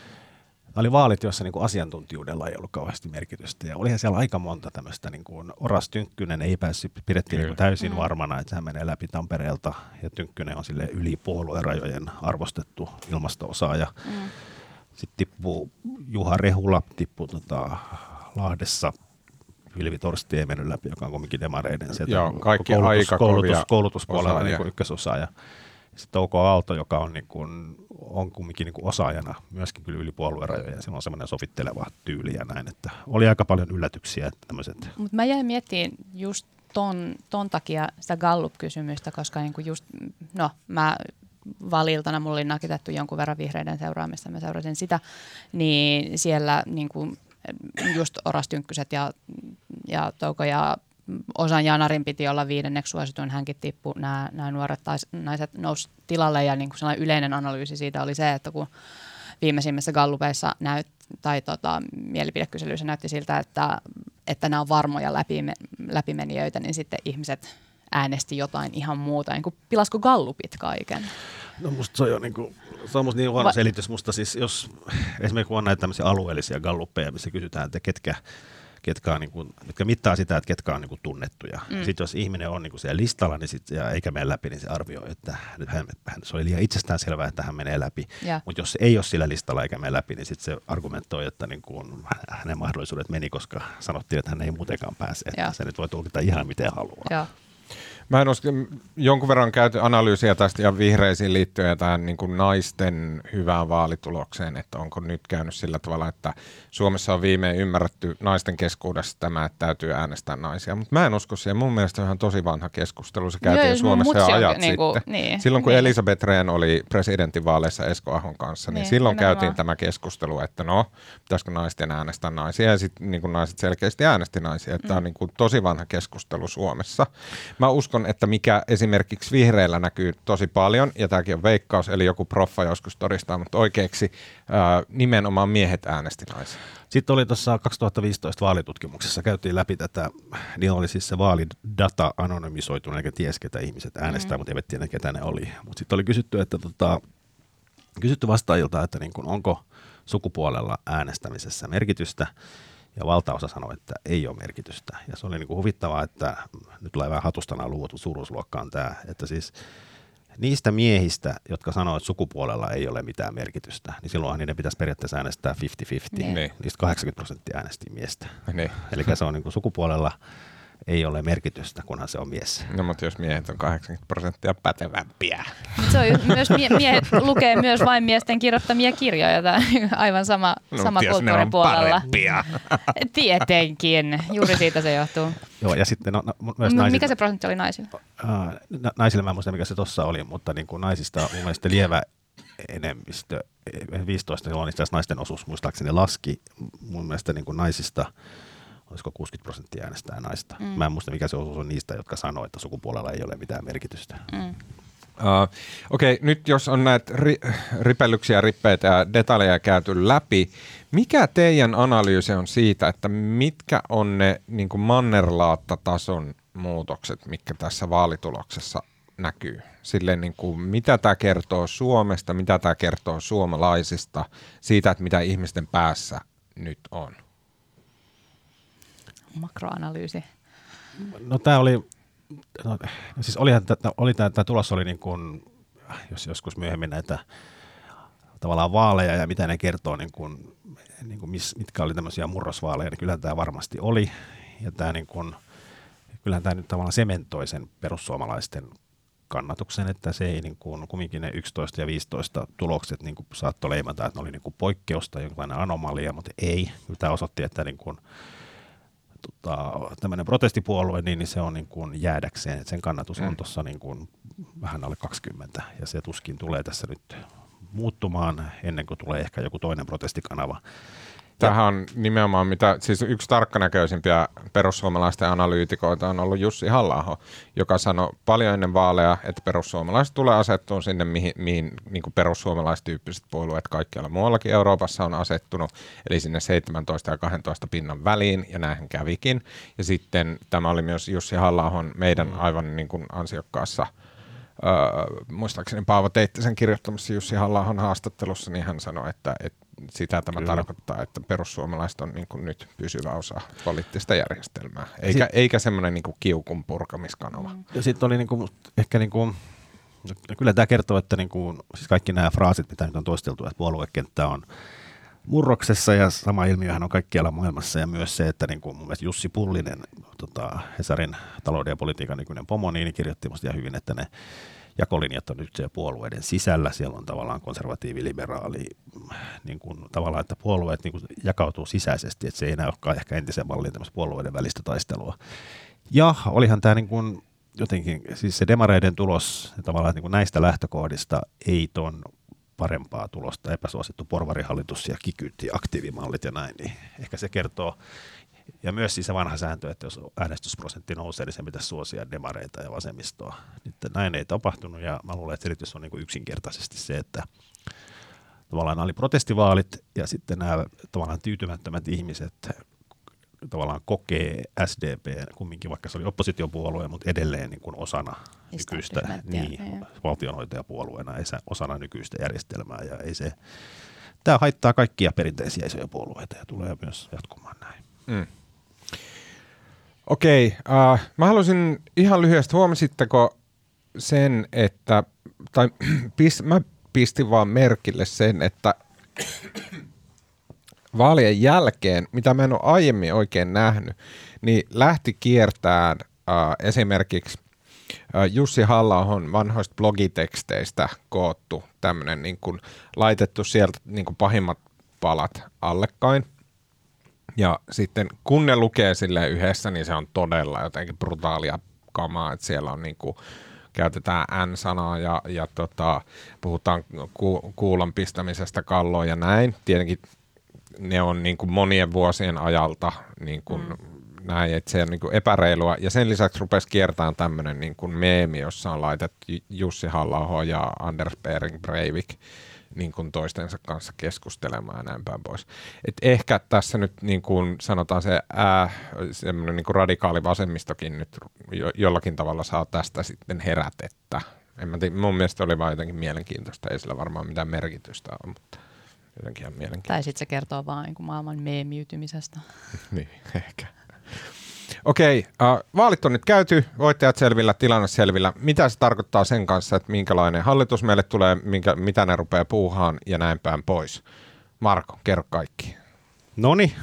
oli vaalit, joissa niin kuin asiantuntijuudella ei ollut kauheasti merkitystä. Ja olihan siellä aika monta tämmöistä, niin kuin Oras Tynkkynen ei päässyt, pidettiin niin kuin täysin mm. varmana, että hän menee läpi Tampereelta. Ja Tynkkynen on sille yli puoluerajojen arvostettu ilmasto-osaaja. Mm. Sitten tippuu Juha Rehula, tippuu tota Lahdessa. Vilvi Torsti ei mennyt läpi, joka on kuitenkin demareiden sieltä Joo, kaikki koulutus, aika koulutus, koulutuspuolella niin ykkösosaaja. Sitten Touko Aalto, joka on, niin kuin, on kumminkin niin kuin osaajana myöskin kyllä yli puoluerajoja. Sillä on semmoinen sovitteleva tyyli ja näin, että oli aika paljon yllätyksiä. Mutta mä jäin miettimään just ton, ton takia sitä Gallup-kysymystä, koska niinku just, no mä valiltana mulla oli nakitettu jonkun verran vihreiden seuraamista, mä seurasin sitä, niin siellä niinku just Oras Tynkkyset ja, ja Touko ja Osan Janarin piti olla viidenneksi suosituin, hänkin tippui, nämä, nämä nuoret tais, naiset nousi tilalle ja niin kuin sellainen yleinen analyysi siitä oli se, että kun viimeisimmissä gallupeissa näyt, tai tota, mielipidekyselyissä näytti siltä, että, että nämä on varmoja läpime, läpimenijöitä, niin sitten ihmiset äänesti jotain ihan muuta. Niin kuin, pilasko gallupit kaiken? No musta se on jo niin kuin, se on musta niin huono Va- selitys, musta siis jos esimerkiksi kun on näitä tämmöisiä alueellisia galluppeja, missä kysytään, että ketkä ketkä, on niin kuin, ketkä mittaa sitä, että ketkä on niin kuin tunnettuja. Mm. Sitten jos ihminen on niin kuin siellä listalla niin sit, ja eikä mene läpi, niin se arvioi, että nyt hän, hän, se oli liian itsestään selvää, että hän menee läpi. Mutta jos se ei ole sillä listalla eikä mene läpi, niin sitten se argumentoi, että niin kuin hänen mahdollisuudet meni, koska sanottiin, että hän ei muutenkaan pääse. Että se nyt voi tulkita ihan miten haluaa. Ja. Mä en usko, jonkun verran käyty analyysiä tästä ja vihreisiin liittyen ja tähän niin kuin naisten hyvään vaalitulokseen, että onko nyt käynyt sillä tavalla, että Suomessa on viimein ymmärretty naisten keskuudessa tämä, että täytyy äänestää naisia, mutta mä en usko siihen. Mun mielestä on ihan tosi vanha keskustelu. Se käytiin Joo, Suomessa jo ajat niin kuin, sitten. Niin, silloin kun niin. Elisabeth Rehn oli presidentinvaaleissa Esko Ahon kanssa, niin, niin silloin käytiin vaan. Tämä keskustelu, että no, pitäisikö naisten äänestää naisia ja sitten niin kuin naiset selkeästi äänesti naisia. Että mm. Tämä on niin kuin tosi vanha keskustelu Suomessa. Mä uskon, että mikä esimerkiksi vihreillä näkyy tosi paljon, ja tämäkin on veikkaus, eli joku proffa joskus todistaa, mutta oikeaksi ää, nimenomaan miehet äänesti naisia. Sitten oli tuossa kaksituhattaviisitoista vaalitutkimuksessa, käytiin läpi tätä, niin oli siis se vaalidata anonymisoitu, eikä ties ketä ihmiset äänestää, mm. mutta eivät tiedä ketä ne oli. Mutta sitten oli kysytty, että tota, kysytty vastaajilta, että niin kun, onko sukupuolella äänestämisessä merkitystä, ja valtaosa sanoi, että ei ole merkitystä. Ja se oli niin kuin huvittavaa, että nyt tulee vähän hatusta nämä luvut, suuruusluokkaan tämä, että siis niistä miehistä, jotka sanoo, että sukupuolella ei ole mitään merkitystä, niin silloinhan niiden pitäisi periaatteessa äänestää viisikymmentä viisikymmentä. Niin. Niistä kahdeksankymmentä prosenttia äänesti miestä. Niin. Eli se on niin kuin sukupuolella ei ole merkitystä, kunhan se on mies. No mutta jos miehet on kahdeksankymmentä prosenttia pätevämpiä. Se on just, myös mie- miehet lukee myös vain miesten kirjoittamia kirjoja, tämä aivan sama, no, sama kulttuurin puolella. Tietenkin, juuri siitä se johtuu. Joo, ja sitten no, no, myös M- naisilla, mikä se prosentti oli naisilla? Uh, naisilla mä en muista, mikä se tuossa oli, mutta niin kuin naisista mun mielestä lievä enemmistö, viisitoista silloin itse asiassa naisten osuus muistaakseni laski. Mun mielestä niin kuin naisista, olisiko kuusikymmentä prosenttia äänestää naista. Mm. Mä en muista, mikä se osuus on niistä, jotka sanoo, että sukupuolella ei ole mitään merkitystä. Mm. Uh, Okei, okay, nyt jos on näitä ri- ripellyksiä, rippeitä ja detaljeja käyty läpi, mikä teidän analyysi on siitä, että mitkä on ne niin kuin mannerlaattatason muutokset, mitkä tässä vaalituloksessa näkyy? Silleen niin kuin, mitä tämä kertoo Suomesta, mitä tämä kertoo suomalaisista, siitä, että mitä ihmisten päässä nyt on? Makroanalyysi. No tämä oli, no, siis olihan tämä, oli tämä, tämä tulos oli niin kuin, jos joskus myöhemmin näitä tavallaan vaaleja ja mitä ne kertoo, niin kuin, niin kuin mis, mitkä oli tämmöisiä murrosvaaleja, niin kyllähän tämä varmasti oli. Ja tämä niin kuin, kyllähän tämä nyt tavallaan sementoi sen perussuomalaisten kannatuksen, että se ei niin kuin, kumminkin ne yksitoista ja viisitoista tulokset niin kuin saattoi leimata, että ne oli niin kuin poikkeusta, jonkinlainen anomalia, mutta ei. Tämä osoitti, että niin kuin, tota, tämmöinen protestipuolue, niin, niin se on niin kuin jäädäkseen, että sen kannatus on tuossa niin kuin vähän alle kaksikymmentä, ja se tuskin tulee tässä nyt muuttumaan ennen kuin tulee ehkä joku toinen protestikanava. Tämähän on nimenomaan mitä, siis yksi tarkkanäköisimpiä perussuomalaisten analyytikoita on ollut Jussi Halla-aho, joka sanoi paljon ennen vaaleja, että perussuomalaiset tulee asettua sinne, mihin, mihin niin kuin perussuomalaistyyppiset puolueet kaikkialla muuallakin Euroopassa on asettunut, eli sinne seitsemäntoista ja kaksitoista pinnan väliin, ja näinhän kävikin. Ja sitten tämä oli myös Jussi Halla-ahon meidän aivan niin kuin ansiokkaassa, Uh, muistaakseni Paavo Teittisen kirjoittamassa Jussi Halla-ahon haastattelussa, niin hän sanoi, että, että sitä tämä Kyllä. tarkoittaa, että perussuomalaiset on niin kuin nyt pysyvä osa poliittista järjestelmää, eikä, sit, eikä semmoinen niin kuin kiukun purkamiskanava. Ja sitten oli niin kuin, ehkä niin kuin, kyllä tämä kertoo, että niin kuin, siis kaikki nämä fraasit, mitä nyt on toisteltu, että puoluekenttä on murroksessa ja sama ilmiöhän on kaikkialla maailmassa ja myös se, että niin kuin mun mielestä Jussi Pullinen, tota, Hesarin talouden ja politiikan nykyinen pomo, niin kirjoitti musta ihan hyvin, että ne jakolinjat on nyt se puolueiden sisällä. Siellä on tavallaan konservatiivi, liberaali, niin kuin, tavallaan, että puolueet niin kuin jakautuu sisäisesti, että se ei enää olekaan ehkä entisen mallin tämmöistä puolueiden välistä taistelua. Ja olihan tämä niin kuin jotenkin, siis se demareiden tulos tavallaan niin kuin näistä lähtökohdista ei ton parempaa tulosta, epäsuosittu porvarihallitus ja kikyt ja aktiivimallit ja näin, niin ehkä se kertoo. Ja myös siis se vanha sääntö, että jos äänestysprosentti nousee, niin se pitäisi suosia demareita ja vasemmistoa. Nyt näin ei tapahtunut ja mä luulen, että selitys on niin kuin yksinkertaisesti se, että tavallaan nämä oli protestivaalit ja sitten nämä tavallaan tyytymättömät ihmiset tavallaan kokee S D P kumminkin, vaikka se oli oppositiopuolue, mutta edelleen niin kuin osana nykyistä niin, valtionhoitajapuolueena, ei se osana nykyistä järjestelmää ja ei se, tämä haittaa kaikkia perinteisiä isoja puolueita ja tulee myös jatkumaan näin. Mm. Okei, uh, mä haluaisin ihan lyhyesti, huomasitteko sen, että, tai pist, mä pistin vaan merkille sen, että vaalien jälkeen, mitä mä en ole aiemmin oikein nähnyt, niin lähti kiertämään uh, esimerkiksi uh, Jussi Halla-ahon vanhoista blogiteksteistä koottu tämmöinen niin kuin laitettu sieltä niin kuin pahimmat palat allekkain. Ja sitten kun ne lukee silleen yhdessä, niin se on todella jotenkin brutaalia kamaa, että siellä on niin kuin, käytetään N-sanaa ja, ja tota, puhutaan ku, kuulan pistämisestä kalloon ja näin. Tietenkin ne on niin kuin monien vuosien ajalta niin kuin mm. näin, että se on niin kuin epäreilua. Ja sen lisäksi rupesi kiertämään tämmöinen niin kuin meemi, jossa on laitettu Jussi Halla-aho ja Anders Behring Breivik niin kuin toistensa kanssa keskustelemaan ja näin päin pois. Et ehkä tässä nyt niin kuin sanotaan se ää, semmoinen niin kuin radikaali vasemmistokin nyt jo, jollakin tavalla saa tästä sitten herätettä. En mä tiedä, mun mielestä oli vaan jotenkin mielenkiintoista, ei sillä varmaan mitään merkitystä ole, mutta jotenkin ihan mielenkiintoista. Tai sitten se kertoo vaan niin kuin maailman meemiytymisestä. Niin, ehkä. Okei, äh, vaalit on nyt käyty, voittajat selvillä, tilanne selvillä. Mitä se tarkoittaa sen kanssa, että minkälainen hallitus meille tulee, minkä, mitä ne rupeaa puuhaan ja näin päin pois? Marko, kerro kaikki. Noniin.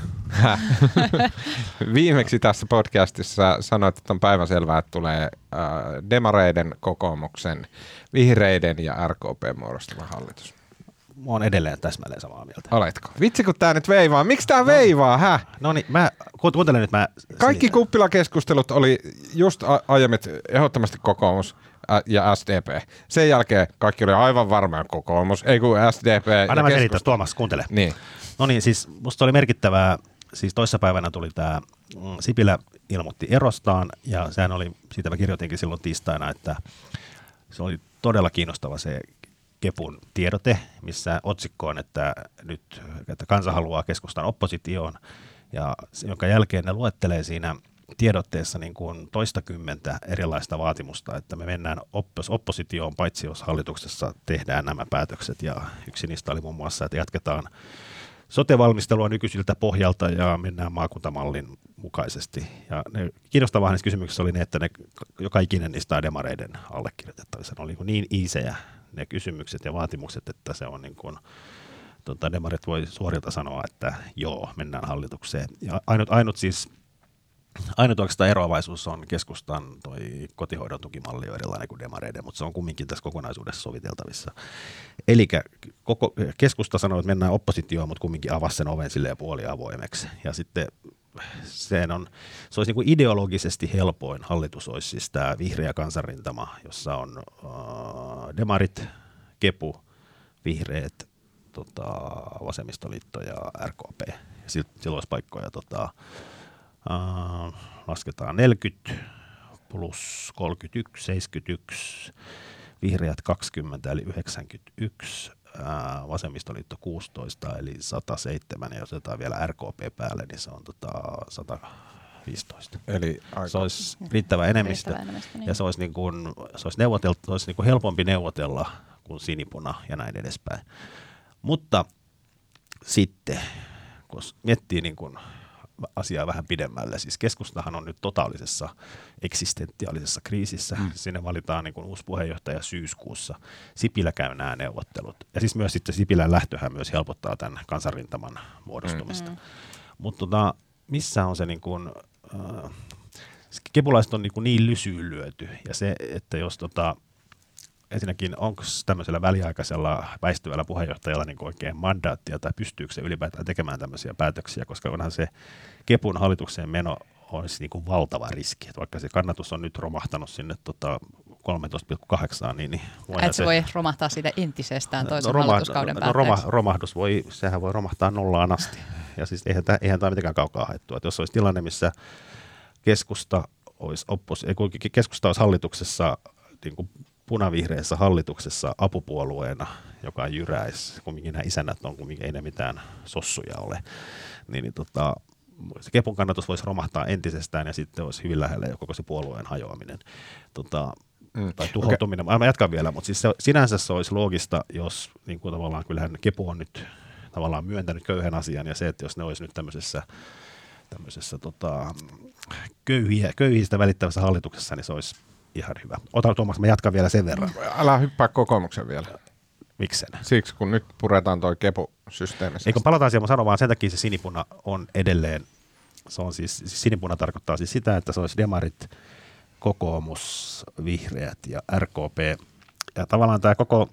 Viimeksi tässä podcastissa sanoit, että on päivänselvää, että tulee äh, demareiden, kokoomuksen, vihreiden ja R K P muodostava hallitus. Mä oon edelleen täsmälleen samaa mieltä. Oletko? Vitsi, kun tää nyt veivaa. Miksi tää no. veivaa, hä? No niin, mä kuuntelen nyt. Mä Kaikki selitän. Kuppilakeskustelut oli just a- aiemmin ehdottomasti kokoomus ja S D P. Sen jälkeen kaikki oli aivan varmaan kokoomus, ei kun S D P. Aina mä selitän, Tuomas, kuuntele. Niin. No niin, siis musta oli merkittävää, siis toissapäivänä tuli tää, Sipilä ilmoitti erostaan, ja sehän oli, siitä mä kirjoitinkin silloin tiistaina, että se oli todella kiinnostava se Kepun tiedote, missä otsikko on, että nyt että kansa haluaa keskustan oppositioon, ja jonka jälkeen ne luettelee siinä tiedotteessa niin kuin toistakymmentä erilaista vaatimusta, että me mennään oppos- oppositioon, paitsi jos hallituksessa tehdään nämä päätökset, ja yksi niistä oli muun muassa, että jatketaan sote-valmistelua nykyisiltä pohjalta ja mennään maakuntamallin mukaisesti. Ja ne, kiinnostavaa näissä kysymyksissä oli ne, että ne, joka ikinen niistä on demareiden allekirjoitettavissa. Ne oli niin, niin iisejä ne kysymykset ja vaatimukset, että se on niin kuin, tota, demarit voi suorilta sanoa, että joo, mennään hallitukseen. Ja ainut, ainut siis Ainut oikeastaan eroavaisuus on keskustan toi kotihoidon tukimalli on erilainen kuin demareiden, mutta se on kumminkin tässä kokonaisuudessa soviteltavissa. Eli koko, keskusta sanoo, että mennään oppositioon, mutta kumminkin avasi sen oven silleen puoliavoimeksi. Ja sitten sen on, se olisi niin kuin ideologisesti helpoin hallitus olisi siis tämä vihreä kansanrintama, jossa on äh, demarit, kepu, vihreät, tota, vasemmistoliitto ja R K P. Ja silloin olisi paikkoja tota, Uh, lasketaan neljäkymmentä plus kolmekymmentäyksi, seitsemänkymmentäyksi, vihreät kaksikymmentä eli yhdeksänkymmentäyksi, uh, vasemmistoliitto kuusitoista eli sata seitsemän ja jos otetaan vielä R K P päälle, niin se on tota sata viisitoista. Eli se olisi riittävä enemmistö, riittävä enemmistö niin. Ja se olisi, niin kuin, se olisi, neuvoteltu, se olisi niin kuin helpompi neuvotella kuin sinipuna ja näin edespäin. Mutta sitten, kun miettii niin kuin asiaa vähän pidemmälle. Siis keskustahan on nyt totaalisessa eksistentiaalisessa kriisissä. Mm. Sinne valitaan niin kuin uusi puheenjohtaja syyskuussa. Sipilä käy nämä neuvottelut. Ja siis myös sitten Sipilän lähtöhän myös helpottaa tämän kansanrintaman muodostumista. Mm. Mutta tota, missä on se niin kuin, äh, kepulaiset on niin, kuin niin lysyyn lyöty. Ja se, että jos tota, ensinnäkin onko tämmöisellä väliaikaisella väistyvällä puheenjohtajalla niin oikein mandaattia tai pystyykö se ylipäätään tekemään tämmöisiä päätöksiä, koska onhan se Kepun hallitukseen meno olisi niin kuin valtava riski. Että vaikka se kannatus on nyt romahtanut sinne tota kolmetoista pilkku kahdeksan, niin... niin et se voi romahtaa siitä entisestään toisen no, hallituskauden no, päätteeksi. No romahdus voi, sehän voi romahtaa nollaan asti. Ja siis eihän tämä eihän tämä mitenkään kaukaa haettua. Että jos olisi tilanne, missä keskusta olisi, oppos, keskusta olisi hallituksessa niin kuin punavihreässä hallituksessa apupuolueena, joka jyräisi, kumminkin nämä isännät on, kumminkin ei ne mitään sossuja ole, niin, niin tota, se Kepun kannatus voisi romahtaa entisestään ja sitten olisi hyvin lähellä jo koko se puolueen hajoaminen tota, mm. tai tuhoutuminen. Okay. Mä jatkan vielä, mutta siis se, sinänsä se olisi loogista, jos niin kuin tavallaan kyllähän Kepu on nyt tavallaan myöntänyt köyhän asian ja se, että jos ne olisi nyt tämmöisessä tämmöisessä tota, köyhiä, köyhistä välittävässä hallituksessa, niin se olisi ihan hyvä. Ota Tuomas, mä jatkan vielä sen verran. Älä hyppää kokoomuksen vielä. Miksen? Siksi, kun nyt puretaan toi Kepu-systeemi. Eikö palataan siihen, mä sanon vaan sen takia se sinipuna on edelleen, se on siis, sinipuna tarkoittaa siis sitä, että se olisi demarit, kokoomus, vihreät ja R K P. Ja tavallaan tämä koko,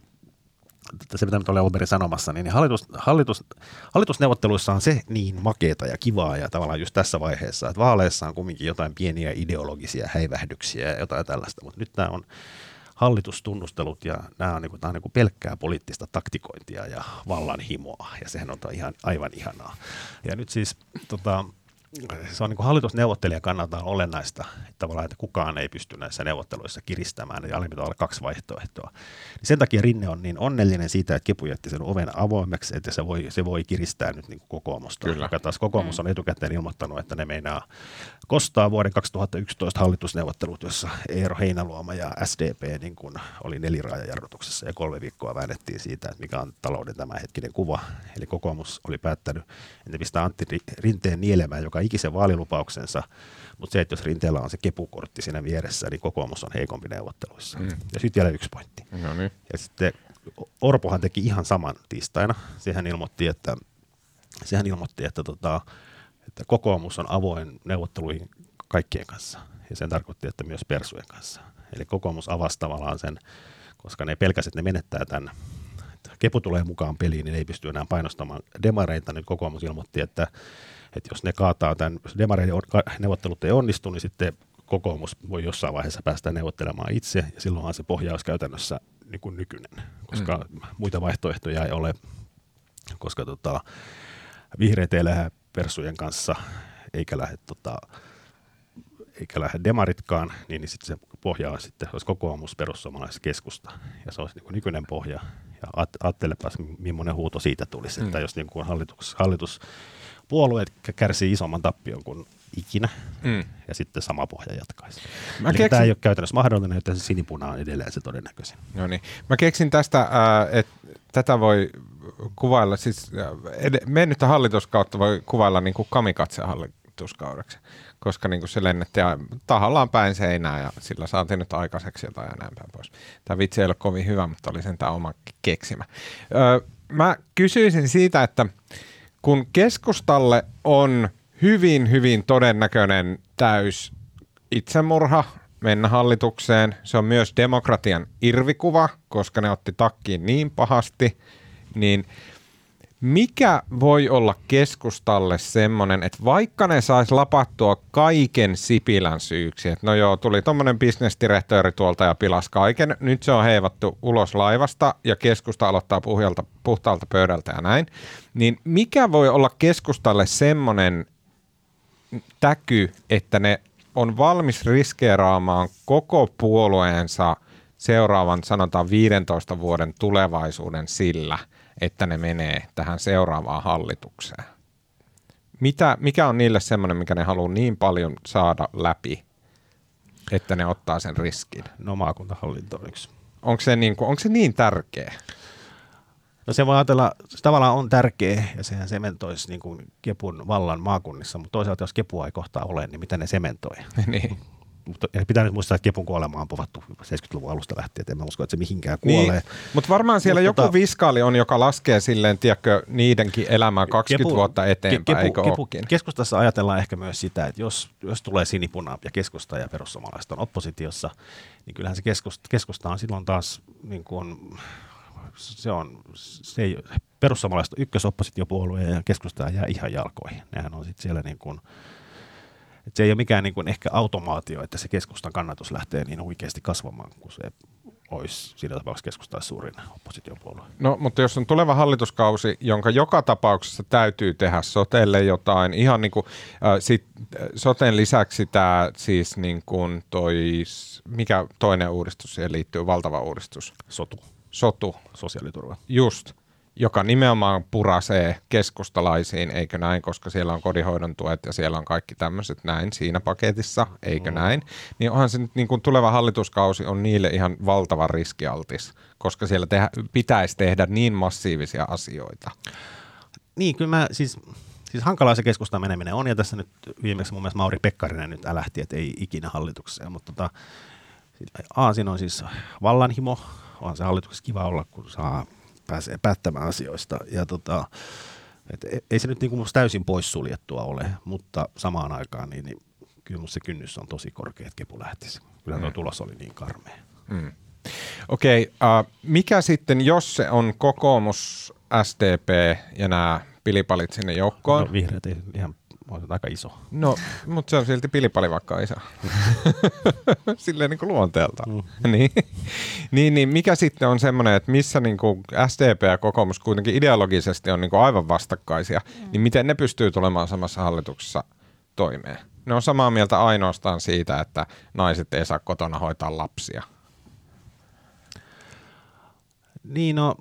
se mitä nyt olen Olberi sanomassa, niin hallitus, hallitus, hallitusneuvotteluissa on se niin makeeta ja kivaa ja tavallaan just tässä vaiheessa, että vaaleissa on kumminkin jotain pieniä ideologisia häivähdyksiä ja jotain tällaista, mutta nyt tämä on hallitustunnustelut ja nämä on, niinku, tämä on niinku pelkkää poliittista taktikointia ja vallanhimoa ja sehän on ihan, aivan ihanaa. Ja nyt siis tota, se on niin kuin hallitusneuvottelijan kannalta olennaista, että tavallaan, että kukaan ei pysty näissä neuvotteluissa kiristämään, ja alimmin olla kaksi vaihtoehtoa. Sen takia Rinne on niin onnellinen siitä, että Kepu jätti sen oven avoimeksi, että se voi, se voi kiristää nyt niin kuin kokoomusta. Kyllä. Joka taas kokoomus on etukäteen ilmoittanut, että ne meinaa kostaa vuoden kaksituhattayksitoista hallitusneuvottelut, jossa Eero Heinäluoma ja S D P niin kuin oli neliraajajarrutuksessa ja kolme viikkoa väännettiin siitä, että mikä on talouden tämänhetkinen kuva. Eli kokoomus oli päättänyt, että pistää Antti Rinteen nielemään joka ikisen vaalilupauksensa, mutta se, että jos Rinteellä on se kepukortti siinä vieressä, niin kokoomus on heikompi neuvotteluissa. Mm. Ja sitten vielä yksi pointti. No niin. Ja sitten Orpohan teki ihan saman tiistaina. Sehän ilmoitti, että sehän ilmoitti, että, tota, että kokoomus on avoin neuvotteluihin kaikkien kanssa. Ja sen tarkoitti, että myös persujen kanssa. Eli kokoomus avasi tavallaan sen, koska ne pelkäsivät, että ne menettää tämän. Kepu tulee mukaan peliin, niin ne ei pysty enää painostamaan demareita. Niin kokoomus ilmoitti, että, että jos ne kaataa tämän, jos demareiden neuvottelut ei onnistu, niin sitten kokoomus voi jossain vaiheessa päästä neuvottelemaan itse. Ja silloinhan se pohja olisi käytännössä niin kuin nykyinen, koska mm. muita vaihtoehtoja ei ole, koska tota, vihreät ei lähde persujen kanssa, eikä lähde, tota, eikä lähde demaritkaan, niin, niin sitten se pohja on sitten, olisi kokoomus, perussuomalaiset, keskusta. Ja se olisi niin kuin nykyinen pohja. Ja ajattelepas, millainen huuto siitä tulisi, mm. että jos niin kuin hallitus, hallituspuolueet kärsii isomman tappion kuin ikinä, mm. ja sitten sama pohja jatkaisi. Eli keksin... Tämä ei ole käytännössä mahdollinen, että se sinipuna on edelleen se todennäköisin. No niin. Mä keksin tästä, että tätä voi kuvailla, siis ed- mennyttä hallituskautta voi kuvailla niin kuin kamikatse-hallituskaudeksi, koska niin kuin se lennettiin tahallaan päin seinään ja sillä saatiin nyt aikaiseksi jotain ja näin päin pois. Tämä vitsi ei ole kovin hyvä, mutta oli sen tämä oma keksimä. Öö, mä kysyisin siitä, että kun keskustalle on hyvin, hyvin todennäköinen täys itsemurha mennä hallitukseen. Se on myös demokratian irvikuva, koska ne otti takkiin niin pahasti. Niin mikä voi olla keskustalle semmoinen, että vaikka ne sais lapattua kaiken Sipilän syyksi, että no joo, tuli tommonen bisnesdirektööri tuolta ja pilas kaiken, nyt se on heivattu ulos laivasta ja keskusta aloittaa puhjalta, puhtaalta pöydältä ja näin, niin mikä voi olla keskustalle semmoinen täky, että ne on valmis riskeeraamaan koko puolueensa seuraavan sanotaan viidentoista vuoden tulevaisuuden sillä, että ne menee tähän seuraavaan hallitukseen. Mitä, mikä on niille semmoinen, mikä ne haluaa niin paljon saada läpi, että ne ottaa sen riskin? No maakuntahallinto on yksi. Onko se niin, onko se niin tärkeä? No se voi ajatella, se tavallaan on tärkeä ja sehän sementoisi niin kuin Kepun vallan maakunnissa, mutta toisaalta jos Kepua ei kohtaa ole, niin mitä ne sementoi? Niin. Mutta pitää nyt muistaa, että Kepun kuolema on povattu seitsemänkymmentäluvun alusta lähtien, että en mä usko, että se mihinkään kuolee. Niin. Mutta varmaan siellä Mut joku tota, viskaali on, joka laskee silleen, tiedätkö, niidenkin elämää kaksikymmentä Kepu, vuotta eteenpäin, Kepu, eikö Kepu, olekin? Keskustassa ajatellaan ehkä myös sitä, että jos, jos tulee sinipuna ja keskusta ja perussuomalaiset on oppositiossa, niin kyllähän se keskusta, keskusta on silloin taas niin kuin, se on, se ei, perussuomalaiset on ykkösoppositiopuolue ja keskusta jää ihan jalkoihin. Nehän on sitten siellä niin kuin, että se ei ole mikään niin kuin ehkä automaatio, että se keskustan kannatus lähtee niin huikeasti kasvamaan, kun se olisi siinä tapauksessa keskustaa suurin oppositiopuolue. No, mutta jos on tuleva hallituskausi, jonka joka tapauksessa täytyy tehdä sotelle jotain, ihan niin kuin äh, sit, äh, soten lisäksi tämä siis niin kuin toi, mikä toinen uudistus siihen liittyy, valtava uudistus? Sotu. Sotu. Sosiaaliturva. Just. Joka nimenomaan purasee keskustalaisiin, eikö näin, koska siellä on kodinhoidon tuet ja siellä on kaikki tämmöiset näin siinä paketissa, eikö mm. näin. Niin onhan se nyt niin kuin tuleva hallituskausi on niille ihan valtavan riskialtis, koska siellä tehdä, pitäisi tehdä niin massiivisia asioita. Niin, kyllä mä siis, siis hankalaa se keskustan meneminen on, ja tässä nyt viimeksi mun mielestä Mauri Pekkarinen nyt älähti, että ei ikinä hallitukseen, mutta tota, A, siinä on siis vallanhimo, on se hallituksessa kiva olla, kun saa pääsee päättämään asioista. Ja tota, et ei se nyt niinku musta täysin poissuljettua ole, mutta samaan aikaan niin, niin kyllä musta se kynnys on tosi korkea, että Kepu lähtisi. Kyllä mm. tuo tulos oli niin karmea. Mm. Okei, okay, uh, mikä sitten, jos se on kokoomus, S D P ja nämä pilipalit sinne joukkoon? No vihreät ei ihan, on aika iso. No, mutta se on silti pilipali vaikka iso. Silleen niin kuin luonteeltaan. Mm. niin. niin, niin mikä sitten on semmoinen, että missä niin kuin S D P ja kokoomus kuitenkin ideologisesti on niin kuin aivan vastakkaisia, mm. niin miten ne pystyy tulemaan samassa hallituksessa toimeen? Ne on samaa mieltä ainoastaan siitä, että naiset ei saa kotona hoitaa lapsia. Niin, no...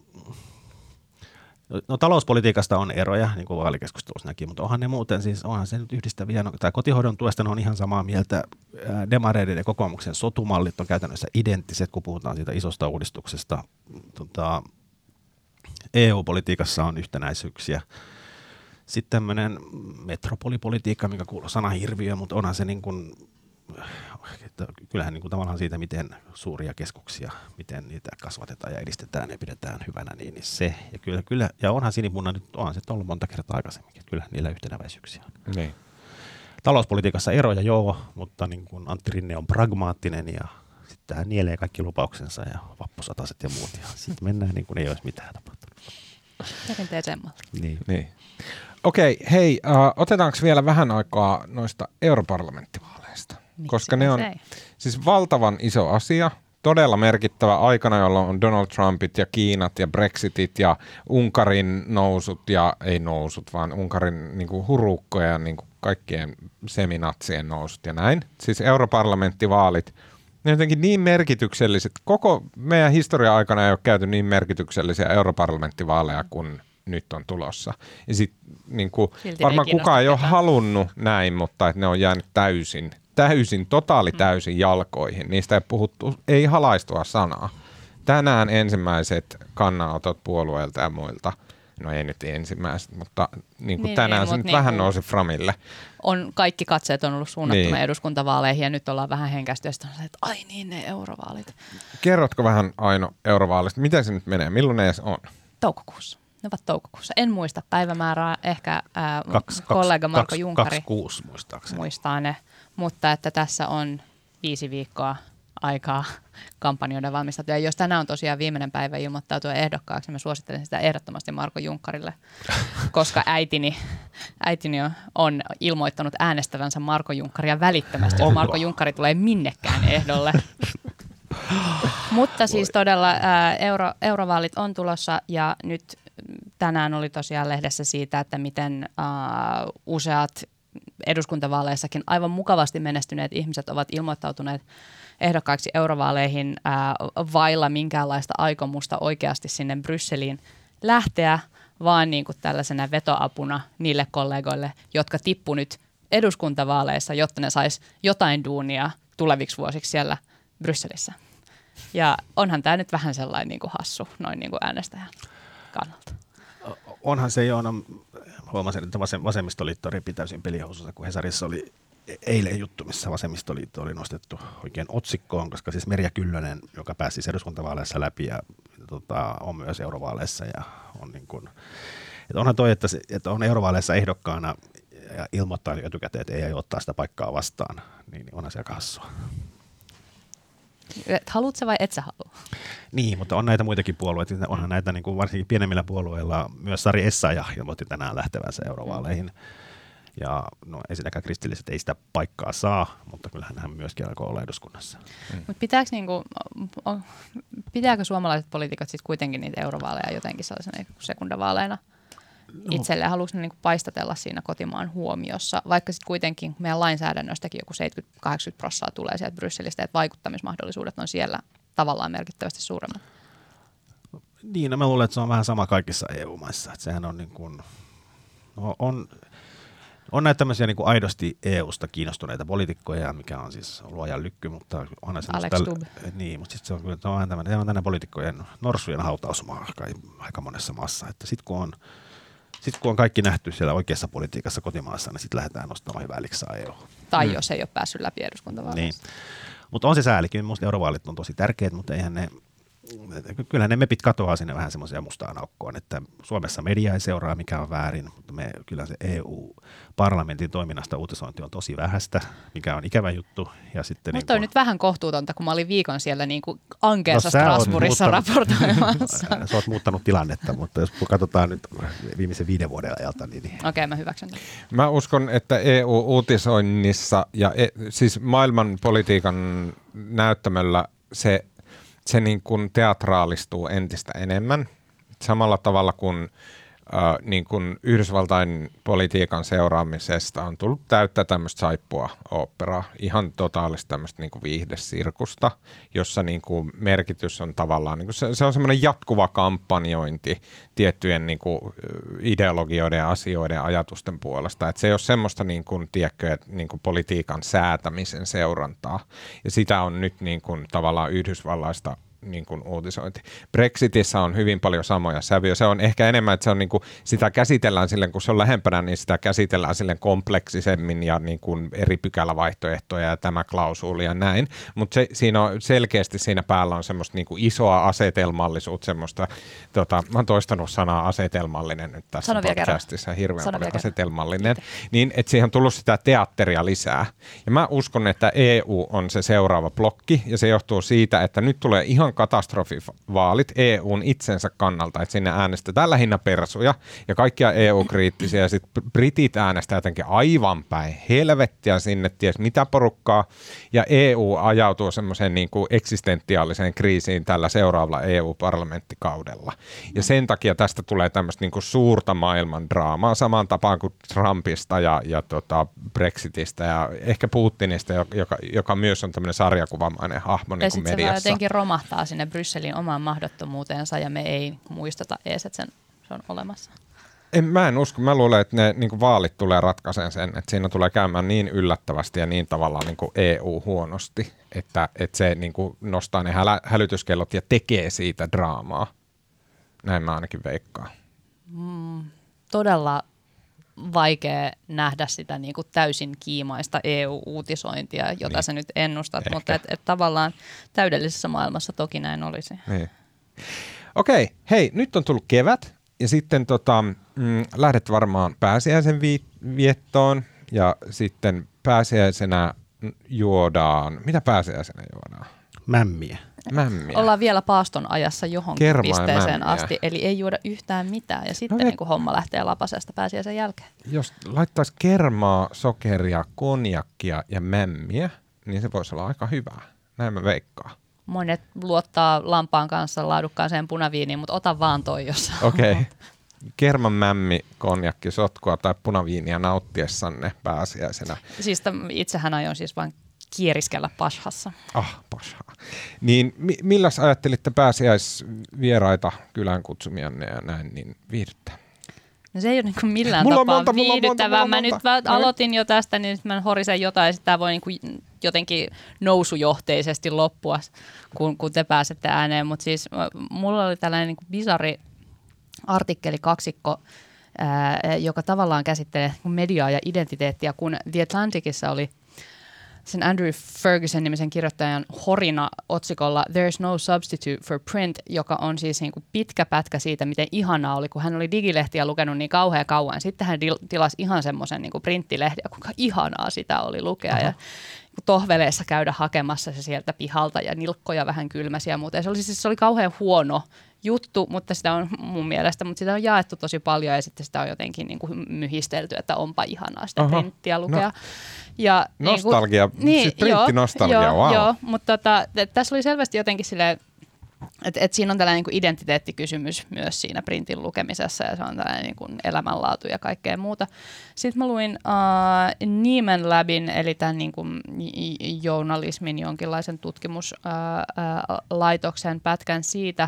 No talouspolitiikasta on eroja, niin kuin vaalikeskustelussa näki, mutta onhan ne muuten siis, onhan se nyt yhdistäviä. No, tämä kotihoidon tuesta on ihan samaa mieltä. Demareiden ja kokoomuksen sotumallit on käytännössä identtiset, kun puhutaan siitä isosta uudistuksesta. Tota, E U-politiikassa on yhtenäisyyksiä. Sitten tämmöinen metropolipolitiikka, mikä kuuluu sana hirviö, mutta onhan se niin kuin että kyllähän niin kuin tavallaan siitä, miten suuria keskuksia, miten niitä kasvatetaan ja edistetään ja pidetään hyvänä, niin, niin se. Ja, kyllä, kyllä, ja onhan sinipunna nyt, onhan se ollut monta kertaa aikaisemminkin, kyllä niillä yhtenäväisyyksiä on. Niin. Talouspolitiikassa eroja joo, mutta niin kuin Antti Rinne on pragmaattinen ja sitten hän nielee kaikki lupauksensa ja vappusataset ja muut. Ja sitten mennään niin kuin ei olisi mitään tapahtunut. Perinteiseen malliin. Niin. Niin. Okei, hei, uh, otetaanko vielä vähän aikaa noista europarlamenttivaaleista? Miksi Koska ne on ei? siis valtavan iso asia, todella merkittävä aikana, jolloin on Donald Trumpit ja Kiinat ja Brexitit ja Unkarin nousut ja, ei nousut, vaan Unkarin niin kuin hurukkoja ja niin kuin kaikkien seminatsien nousut ja näin. Siis europarlamenttivaalit, ne on jotenkin niin merkitykselliset. Koko meidän historian aikana ei ole käyty niin merkityksellisiä europarlamenttivaaleja kuin nyt on tulossa. Ja sit, niin kuin, varmaan kukaan ei ole halunnut näin, mutta että ne on jäänyt täysin, täysin, totaali täysin jalkoihin. Niistä ei puhuttu, ei halaistua sanaa. Tänään ensimmäiset kannanotot puolueilta ja muilta, no ei nyt ensimmäiset, mutta niin kuin Niin, tänään niin, se mut nyt niin vähän kuin nousi framille. On, kaikki katseet on ollut suunnattuna Niin. eduskuntavaaleihin ja nyt ollaan vähän henkästy ja sitten on se, että ai niin ne eurovaalit. Kerrotko vähän Aino eurovaalista, miten se nyt menee, milloin ne edes on? Toukokuussa. Ne ovat toukokuussa. En muista päivämäärää, ehkä ää, Kaksi, kollega Marko kaksi, Junkari kaksi, kuusi muistaakseni. muistaa ne, mutta että tässä on viisi viikkoa aikaa kampanjoiden valmistautua. Ja jos tänään on tosiaan viimeinen päivä ilmoittautua ehdokkaaksi, niin mä suosittelen sitä ehdottomasti Marko Junkkarille, koska äitini, äitini on, on ilmoittanut äänestävänsä Marko Junkkaria välittömästi, jos Marko Junkkari tulee minnekään ehdolle. Mutta siis todella ää, euro, eurovaalit on tulossa ja nyt tänään oli tosiaan lehdessä siitä, että miten ää, useat eduskuntavaaleissakin aivan mukavasti menestyneet ihmiset ovat ilmoittautuneet ehdokkaiksi eurovaaleihin ää, vailla minkäänlaista aikomusta oikeasti sinne Brysseliin lähteä, vaan niin kuin tällaisena vetoapuna niille kollegoille, jotka tippu nyt eduskuntavaaleissa, jotta ne sais jotain duunia tuleviksi vuosiksi siellä Brysselissä. Ja onhan tämä nyt vähän sellainen niin kuin hassu noin niin kuin äänestäjän kannalta. Onhan se jo, no, huomasin, että vasemmistoliitto repi täysin pelihousunsa, kun Hesarissa oli eilen juttu, missä vasemmistoliitto oli nostettu oikein otsikkoon, koska siis Merja Kyllönen, joka pääsi siis eduskuntavaaleissa läpi ja tota, on myös eurovaaleissa ja on niin kuin, että onhan toi, että, se, että on eurovaaleissa ehdokkaana ja ilmoittaa etukäteen, että ei ottaa sitä paikkaa vastaan, niin onhan se aika hassua. Haluatko sä vai et sä halua? Niin, mutta on näitä muitakin puolueita. Onhan näitä niin kuin varsinkin pienemmillä puolueilla. Myös Sari Essayah ilmoitti tänään lähtevänsä eurovaaleihin. Ja no, ei sitäkään kristilliset ei sitä paikkaa saa, mutta kyllähän hän myöskin alkoi olla eduskunnassa. Mm. Mut pitääkö, niinku, on, pitääkö suomalaiset poliitikot sitten kuitenkin niitä eurovaaleja jotenkin sellaisena sekundavaaleina no. itselleen? Haluatko ne niinku paistatella siinä kotimaan huomiossa, vaikka sitten kuitenkin meidän lainsäädännöstäkin joku seitsemänkymmentä kahdeksankymmentä prosenttia tulee sieltä Brysselistä, että vaikuttamismahdollisuudet on siellä tavallaan merkittävästi suuremmat? Niin, no mä luulen, että se on vähän sama kaikissa E U-maissa. Että sehän on niin kuin, no on... On näitä tämmöisiä niin kuin aidosti E U:sta kiinnostuneita poliitikkoja, mikä on siis luojan lykky, mutta onhan se Alex täl... Stubb. Niin, mutta sitten se on kyllä se on vähän tämmöinen, se on tämmöinen poliitikkojen norsujen hautausmaa aika monessa maassa, että sitten kun on Sitten kun on kaikki nähty siellä oikeassa politiikassa kotimaassa, niin sitten lähdetään nostamaan hyvää liksaa E U. Tai mm. jos ei ole päässyt läpi eduskuntavaaleissa. Niin. Mutta on se säälikin. Minusta eurovaalit on tosi tärkeät, mutta eihän ne, kyllähän ne mepit katoaa sinne vähän semmoisia mustaan aukkoon, että Suomessa media ei seuraa, mikä on väärin, mutta me, kyllä se E U-parlamentin toiminnasta uutisointi on tosi vähäistä, mikä on ikävä juttu. Ja sitten mutta niin on nyt vähän kohtuutonta, kun mä olin viikon siellä niin kuin ankeassa no, Strasbourgissa raportoimassa. Sä oot muuttanut tilannetta, mutta jos katsotaan nyt viimeisen viiden vuoden ajalta, niin... niin. Okei, okay, mä hyväksyn. Mä uskon, että E U-uutisoinnissa ja e, siis maailman politiikan näyttämöllä se se niin kuin teatraalistuu entistä enemmän. Samalla tavalla kuin, äh, niin kuin Yhdysvaltain politiikan seuraamisesta on tullut täyttä tämmöistä saippua oopperaa, ihan totaalista tämmöistä niin kuin viihdesirkusta, jossa niin kuin merkitys on tavallaan, niin kuin se, se on semmoinen jatkuva kampanjointi tiettyjen niin kuin ideologioiden ja asioiden ja ajatusten puolesta. Et se ei ole semmoista niin kuin, tiedätkö, niin kuin politiikan säätämisen seurantaa. Ja sitä on nyt niin kuin, tavallaan Yhdysvallaista niin kuin uutisointi. Brexitissä on hyvin paljon samoja sävyjä. Se on ehkä enemmän, että se on niin kuin, sitä käsitellään silleen, kun se on lähempänä, niin sitä käsitellään silleen kompleksisemmin ja niin kuin eri pykälävaihtoehtoja ja tämä klausuuli ja näin. Mutta siinä on selkeästi siinä päällä on semmoista niin kuin isoa asetelmallisuutta, semmoista, tota, mä oon toistanut sanaa asetelmallinen nyt tässä Sano podcastissa, hirveän Sano paljon vielä asetelmallinen, niin että siihen on tullut sitä teatteria lisää. Ja mä uskon, että E U on se seuraava blokki, ja se johtuu siitä, että nyt tulee ihan katastrofivaalit E U:n itsensä kannalta, että sinne äänestetään lähinnä persuja ja kaikkia E U-kriittisiä, ja sitten britit äänestää jotenkin aivan päin helvettiä sinne, ties mitä porukkaa, ja E U ajautuu semmoiseen niin kuin eksistentiaaliseen kriisiin tällä seuraavalla E U-parlamenttikaudella. Ja sen takia tästä tulee tämmöistä niin kuin suurta maailman draamaa, samaan tapaan kuin Trumpista ja, ja tota Brexitistä ja ehkä Putinista, joka, joka myös on tämmöinen sarjakuvamainen hahmo niin kuin mediassa. Ja sitten se jotenkin romahtaa sinne Brysselin omaan mahdottomuuteensa ja me ei muisteta edes, että sen, se on olemassa. En, mä en usko. Mä luulen, että ne niin kuin vaalit tulee ratkaiseen sen, että siinä tulee käymään niin yllättävästi ja niin tavallaan niin kuin E U huonosti, että, että se niin kuin nostaa ne hälä, hälytyskellot ja tekee siitä draamaa. Näin mä ainakin veikkaan. Mm, todella vaikea nähdä sitä niin kuin täysin kiimaista E U-uutisointia, jota niin. sä nyt ennustat, Ehkä. mutta et, et tavallaan täydellisessä maailmassa toki näin olisi. Niin. Okei, hei, nyt on tullut kevät ja sitten tota, mm, lähdet varmaan pääsiäisen vi- viettoon ja sitten pääsiäisenä juodaan, mitä pääsiäisenä juodaan? Mämmiä. Mämmiä. Ollaan vielä paaston ajassa johonkin Kermaa pisteeseen asti, eli ei juoda yhtään mitään ja sitten no, niin kuin homma lähtee lapasesta pääsiäisen jälkeen. Jos laittaisi kermaa, sokeria, konjakkia ja mämmiä, niin se voisi olla aika hyvää. Näin mä veikkaan. Monet luottaa lampaan kanssa laadukkaaseen punaviiniin, mutta ota vaan toi, jos Okei. Okay. Kerman, mämmi, konjakki, sotkua tai punaviiniä nauttiessanne pääsiäisenä. Siis itsehän aion siis vain kieriskellä pashassa. Ah, pasha. Niin mi- milläs ajattelitte pääsiäisvieraita kylään kutsumianne ja näin niin viihdyttää? No se ei ole niin kuin millään mulla tapaa monta, viihdyttävää. Mä monta. nyt vaan aloitin jo tästä, niin nyt mä horisen jotain ja sitten tämä voi niin kuin jotenkin nousujohteisesti loppua, kun, kun te pääsette ääneen. Mutta siis mulla oli tällainen niin kuin bizarri artikkeli kaksikko, ää, joka tavallaan käsittelee mediaa ja identiteettiä, kun The Atlanticissa oli sen Andrew Ferguson-nimisen kirjoittajan horina otsikolla There's no substitute for print, joka on siis niin kuin pitkä pätkä siitä, miten ihanaa oli, kun hän oli digilehtiä lukenut niin kauhean kauan. Sitten hän tilasi ihan semmoisen niin kuin printtilehden, ja kuinka ihanaa sitä oli lukea. Aha. Ja tohveleissa käydä hakemassa se sieltä pihalta ja nilkkoja vähän kylmäsiä ja muuta. Ja se oli, siis, se oli kauhean huono juttu, mutta sitä on mun mielestä, mutta sitä on jaettu tosi paljon ja sitten sitä on jotenkin niin kuin myhistelty, että onpa ihanaa sitä Aha. printtiä lukea. No. Ja nostalgia, niin, niin, siis printtinostalgia, joo, wow. Joo, mutta tota, tässä oli selvästi jotenkin silleen, että et siinä on tällainen niin kuin identiteettikysymys myös siinä printin lukemisessa ja se on tällainen niin kuin elämänlaatu ja kaikkea muuta. Sitten mä luin uh, Nieman Labin, eli tämän niin kuin journalismin jonkinlaisen tutkimuslaitoksen uh, uh, pätkän siitä,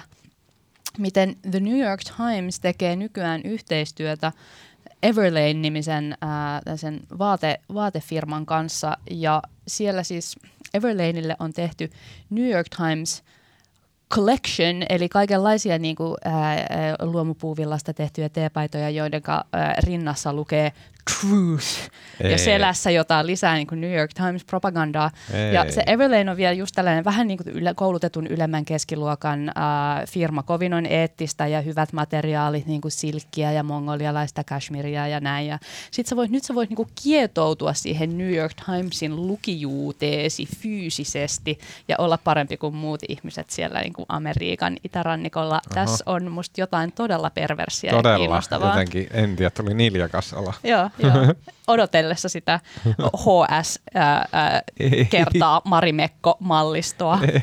miten The New York Times tekee nykyään yhteistyötä Everlane-nimisen ää, sen vaate, vaatefirman kanssa, ja siellä siis Everlaneille on tehty New York Times Collection, eli kaikenlaisia niin kuin, ää, luomupuuvillasta tehtyjä teepaitoja, joiden ää, rinnassa lukee Truth, Ei. ja selässä jotain lisää niin kuin New York Times-propagandaa. Ei. Ja se Everlane on vielä just tällainen vähän niin kuin yle, koulutetun ylemmän keskiluokan ää, firma, kovin on eettistä ja hyvät materiaalit, niin kuin silkkiä ja mongolialaista kashmiria ja näin. Ja sit sä voit, nyt sä voit niin kuin kietoutua siihen New York Timesin lukijuuteesi fyysisesti ja olla parempi kuin muut ihmiset siellä niin kuin Amerikan itärannikolla. Aha. Tässä on musta jotain todella perversiä todella, ja kiinnostavaa. Todella, jotenkin en tiedä, tuli niljakas olla. Joo. Joo, odotellessa sitä H S ää, ää, kertaa Marimekko-mallistoa. Ei.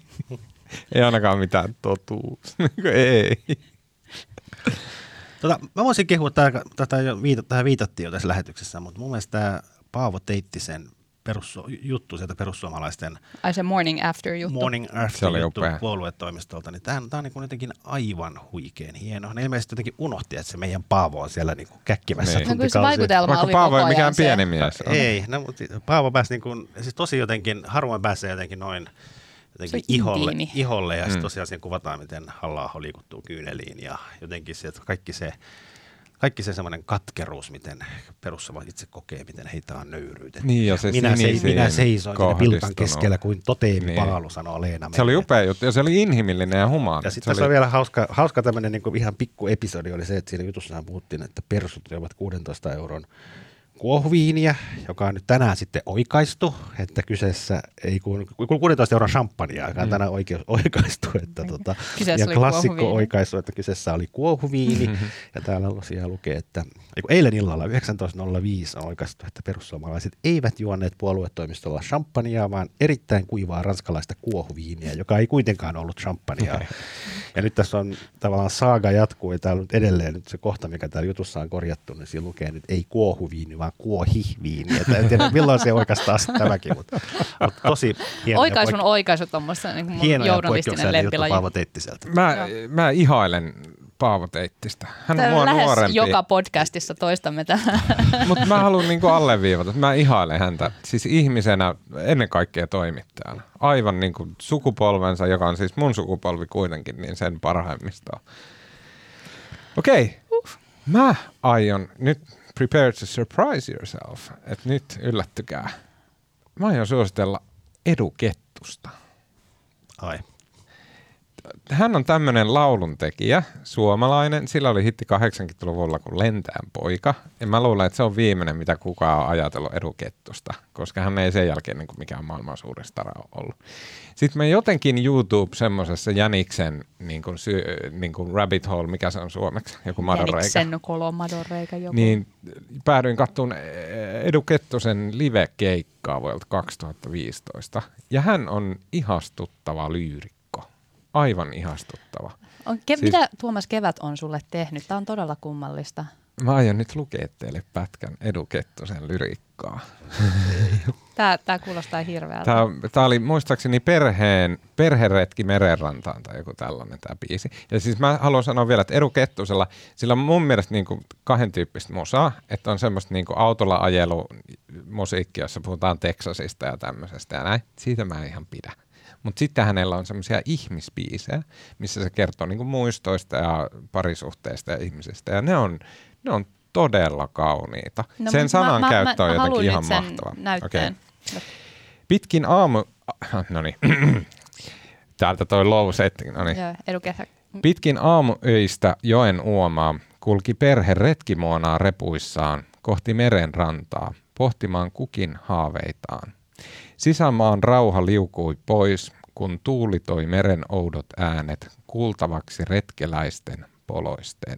Ei ainakaan mitään totuus. Ei. Tota, mä voisin kehua, tätä jo viita, tähän viitattiin jo tässä lähetyksessä, mutta mun mielestä tämä Paavo Teittisen perussu, juttu sieltä perussuomalaisten Ai se Morning After juttu. Morning After juttu puoluetoimistolta, niin tämä on niin jotenkin aivan huikein hieno. Ne ilmeisesti jotenkin unohti, että se meidän Paavo on siellä niin käkkimässä niin. tuntikausia. No, vaikutelma Vaikka oli Paavo ei mikään se. Pieni mies. Ei, no, mutta Paavo pääsi niin kuin, siis tosi jotenkin, harvoin pääsee jotenkin noin jotenkin iholle, iholle ja mm. sitten tosiaan siinä kuvataan, miten Halla-aho liikuttuu kyyneliin ja jotenkin se, että kaikki se, kaikki se semmoinen katkeruus, miten perussuomalaiset itse kokee, miten heitä on nöyryytetty. Niin, ja se minä, se, minä seisoin siinä pilkan keskellä kuin toteemipaalu, niin. sanoo Leena. Se oli upea juttu ja se oli inhimillinen ja humaani. Ja sitten tässä oli... on vielä hauska, hauska tämmöinen niin kuin ihan pikku episodi, oli se, että siinä jutussa puhuttiin, että persut ovat kuudentoista euron kuohuviiniä, joka on nyt tänään sitten oikaistu, että kyseessä ei kuudentoista euron champagnea, joka on mm. tänään oikeus, oikaistu, että tota, ja klassikko oikaistu, että kyseessä oli kuohuviini, mm-hmm. ja täällä tosiaan lukee, että eilen illalla yhdeksäntoista nolla viisi on oikaistu, että perussuomalaiset eivät juoneet puoluetoimistolla champagnea, vaan erittäin kuivaa ranskalaista kuohuviiniä, joka ei kuitenkaan ollut champagnea. Ja nyt tässä on tavallaan saaga jatkuu, ja täällä on edelleen nyt se kohta, mikä täällä jutussa on korjattu, niin siinä lukee nyt ei kuohuviini, vaan kuohiviini. Että en tiedä, milloin se oikeastaan tämäkin, mutta, mutta tosi hieno. Oikaisun poik- oikaisu tuommoista niin mun journalistinen lempilaju. Paavo Teittiseltä. Mä, mä ihailen Paavo Teittistä. Hän on mua lähes nuorempi. joka podcastissa toistamme tähän. Mutta mä haluan niinku alleviivata, että mä ihailen häntä siis ihmisenä, ennen kaikkea toimittajana. Aivan niinku sukupolvensa, joka on siis mun sukupolvi kuitenkin, niin sen parhaimmistoa. Okei, okay. Mä aion nyt prepare to surprise yourself, että nyt yllättykää. Mä aion suositella Edu Kettusta. Ai. Hän on tämmöinen lauluntekijä, suomalainen. Sillä oli hitti kahdeksankymmentäluvulla kuin Lentään poika. Ja mä luulen, että se on viimeinen, mitä kukaan on ajatellut Edu Kettusta, koska hän ei sen jälkeen niin kuin mikään maailman suuri stara ole ollut. Sitten me jotenkin YouTube semmoisessa Jäniksen niin kuin, sy, niin kuin rabbit hole, mikä se on suomeksi, joku madonreikä. Jäniksen kolo, madonreikä joku. Niin päädyin katsomaan Edu Kettusen live-keikkaa vuodelta kaksituhattaviisitoista. Ja hän on ihastuttava lyyrikko. Aivan ihastuttava. On, ke- siis, mitä Tuomas Kevät on sulle tehnyt? Tämä on todella kummallista. Mä aion nyt lukea teille pätkän Edu Kettusen lyriikkaa. Tämä, tämä kuulostaa hirveältä. Tämä, tämä oli muistaakseni perheen, perheretki merenrantaan tai joku tällainen tämä biisi. Ja siis mä haluan sanoa vielä, että Edu Kettusella, sillä on mun mielestä niin kuin kahden tyyppistä musaa, että on semmoista niin kuin autolla ajelu musiikkia, jossa puhutaan Texasista ja tämmöisestä ja näin. Siitä mä en ihan pidä. Mutta sitten hänellä on semmoisia ihmisbiisejä, missä se kertoo niinku muistoista ja parisuhteista ja ihmisistä. Ja ne on, ne on todella kauniita. No, sen sanan mä, käyttö on jotenkin ihan mahtava. Okay. Pitkin aamu... No niin. Täältä toi low setting. No niin. Pitkin aamuöistä joen uomaa kulki perhe retkimuonaa repuissaan kohti meren rantaa, pohtimaan kukin haaveitaan. Sisämaan rauha liukui pois, kun tuuli toi meren oudot äänet kuultavaksi retkeläisten poloisten.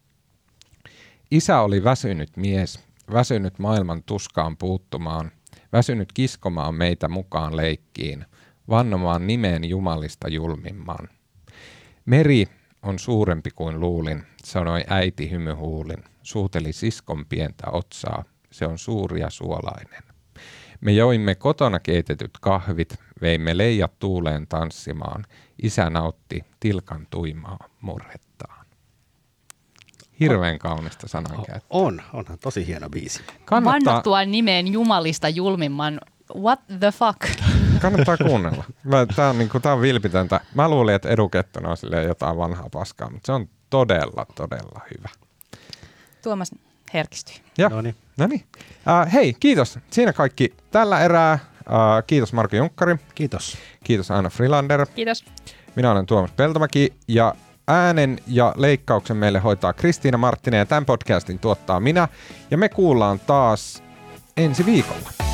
Isä oli väsynyt mies, väsynyt maailman tuskaan puuttumaan, väsynyt kiskomaan meitä mukaan leikkiin, vannomaan nimeen jumalista julmimman. Meri on suurempi kuin luulin, sanoi äiti hymyhuulin, suuteli siskon pientä otsaa, se on suuri ja suolainen. Me joimme kotona keitetyt kahvit, veimme leijat tuuleen tanssimaan. Isä nautti tilkan tuimaa murhettaan. Hirveän kaunista sanankäyttöä. On, onhan tosi hieno biisi. Kannattaa... Vannottua nimeen jumalista julmimman. What the fuck? Kannattaa kuunnella. Tämä on, niinku, on vilpitöntä. Mä luulin, että Edu Kettunen on silleen jotain vanhaa paskaa, mutta se on todella, todella hyvä. Tuomas herkistyi. No niin. Uh, hei, kiitos. Siinä kaikki tällä erää. Uh, kiitos Marko Junkkari. Kiitos. Kiitos Aina Frilander. Kiitos. Minä olen Tuomas Peltomäki ja äänen ja leikkauksen meille hoitaa Kristiina Marttinen ja tämän podcastin tuottaa minä. Ja me kuullaan taas ensi viikolla.